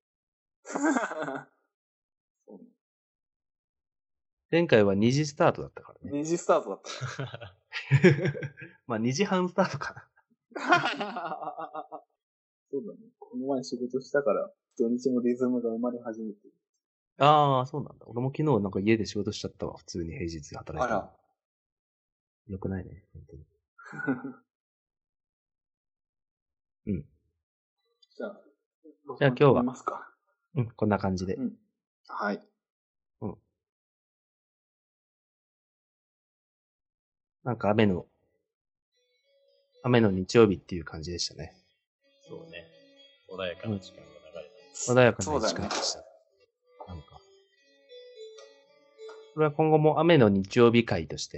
前回はにじスタートだったからね。 にじスタートだったから。 まあにじはんスタートかな。 そうだね。この前仕事したから、土日もリズムが生まれ始めてる。 ああ、そうなんだ。俺も昨日なんか家で仕事しちゃったわ。普通に平日働いて。あら。よくないね。本当に。うん。 じゃあ、 じゃあ今日は、うん、こんな感じで。 うん。はい。 うん。なんか雨の、雨の日曜日っていう感じでしたね。 そうね。穏やかな時間が流れて、 うん、穏やかな時間でした。ね、なんか。これは今後も雨の日曜日会として。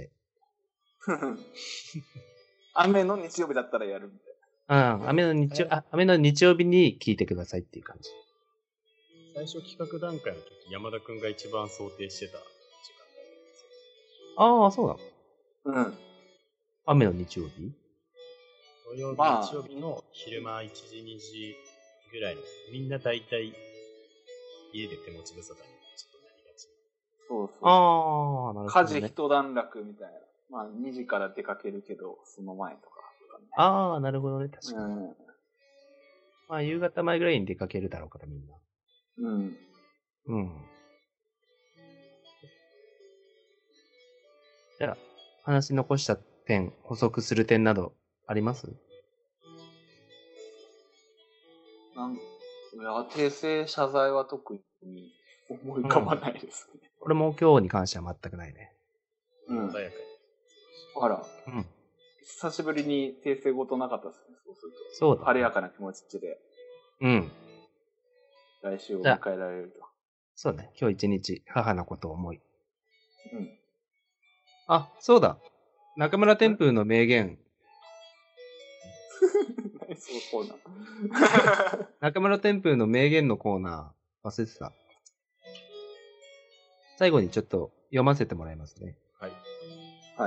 雨の日曜日だったらやるみたいな。 うん、雨の日曜、あ、雨の日曜日に聞いてくださいっていう感じ。 最初企画段階の時、山田くんが一番想定してた時間帯なんですよ。 ああ、そうなの。 うん。 雨の日曜日土曜日、 まあ、 日曜日の昼間いちじ、にじぐらいの、みんな大体家で手持ち無沙汰にちょっとなりがち。 そうそう。 ああ、なるほど、ね。 家事一段落みたいな。まあ、にじから出かけるけど、その前とか、ね。 ああ、なるほどね。確かに。 うん、 まあ、夕方前ぐらいに出かけるだろうから、みんな。 うん。 うん。じゃあ、話し残した点、補足する点などあります？ なんいや、訂正謝罪は特に思い浮かばないですね。 うん、俺も今日に関しては全くないね。 うん。 穏やかに。 あら。 うん。 久しぶりに訂正事なかったですね、そうすると。 そうだ、ね。 晴れやかな気持ちで。 うん。 来週を迎えられると。 そうね。今日一日、母のことを思い。 うん。 あ、そうだ。中村天風の名言。 何そのコーナー。 中村天風の名言のコーナー、忘れてた。最後にちょっと読ませてもらいますね。 はい。 はい。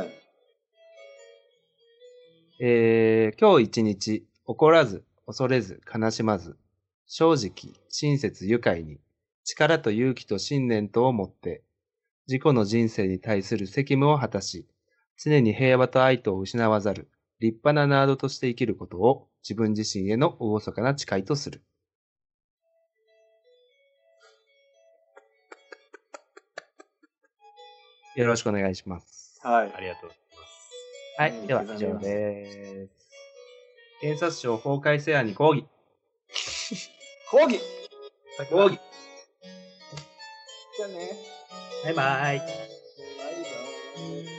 えー、今日一日、怒らず、恐れず、悲しまず、正直、親切、愉快に、力と勇気と信念とを持って、自己の人生に対する責務を果たし、常に平和と愛とを失わざる、立派なナードとして生きることを自分自身への厳かな誓いとする。よろしくお願いします。 はい。 ありがとうございます。 はい。では、以上です。検察庁法改正案に抗議。 抗議抗議じゃあね。 バイバイ。 バイバイ。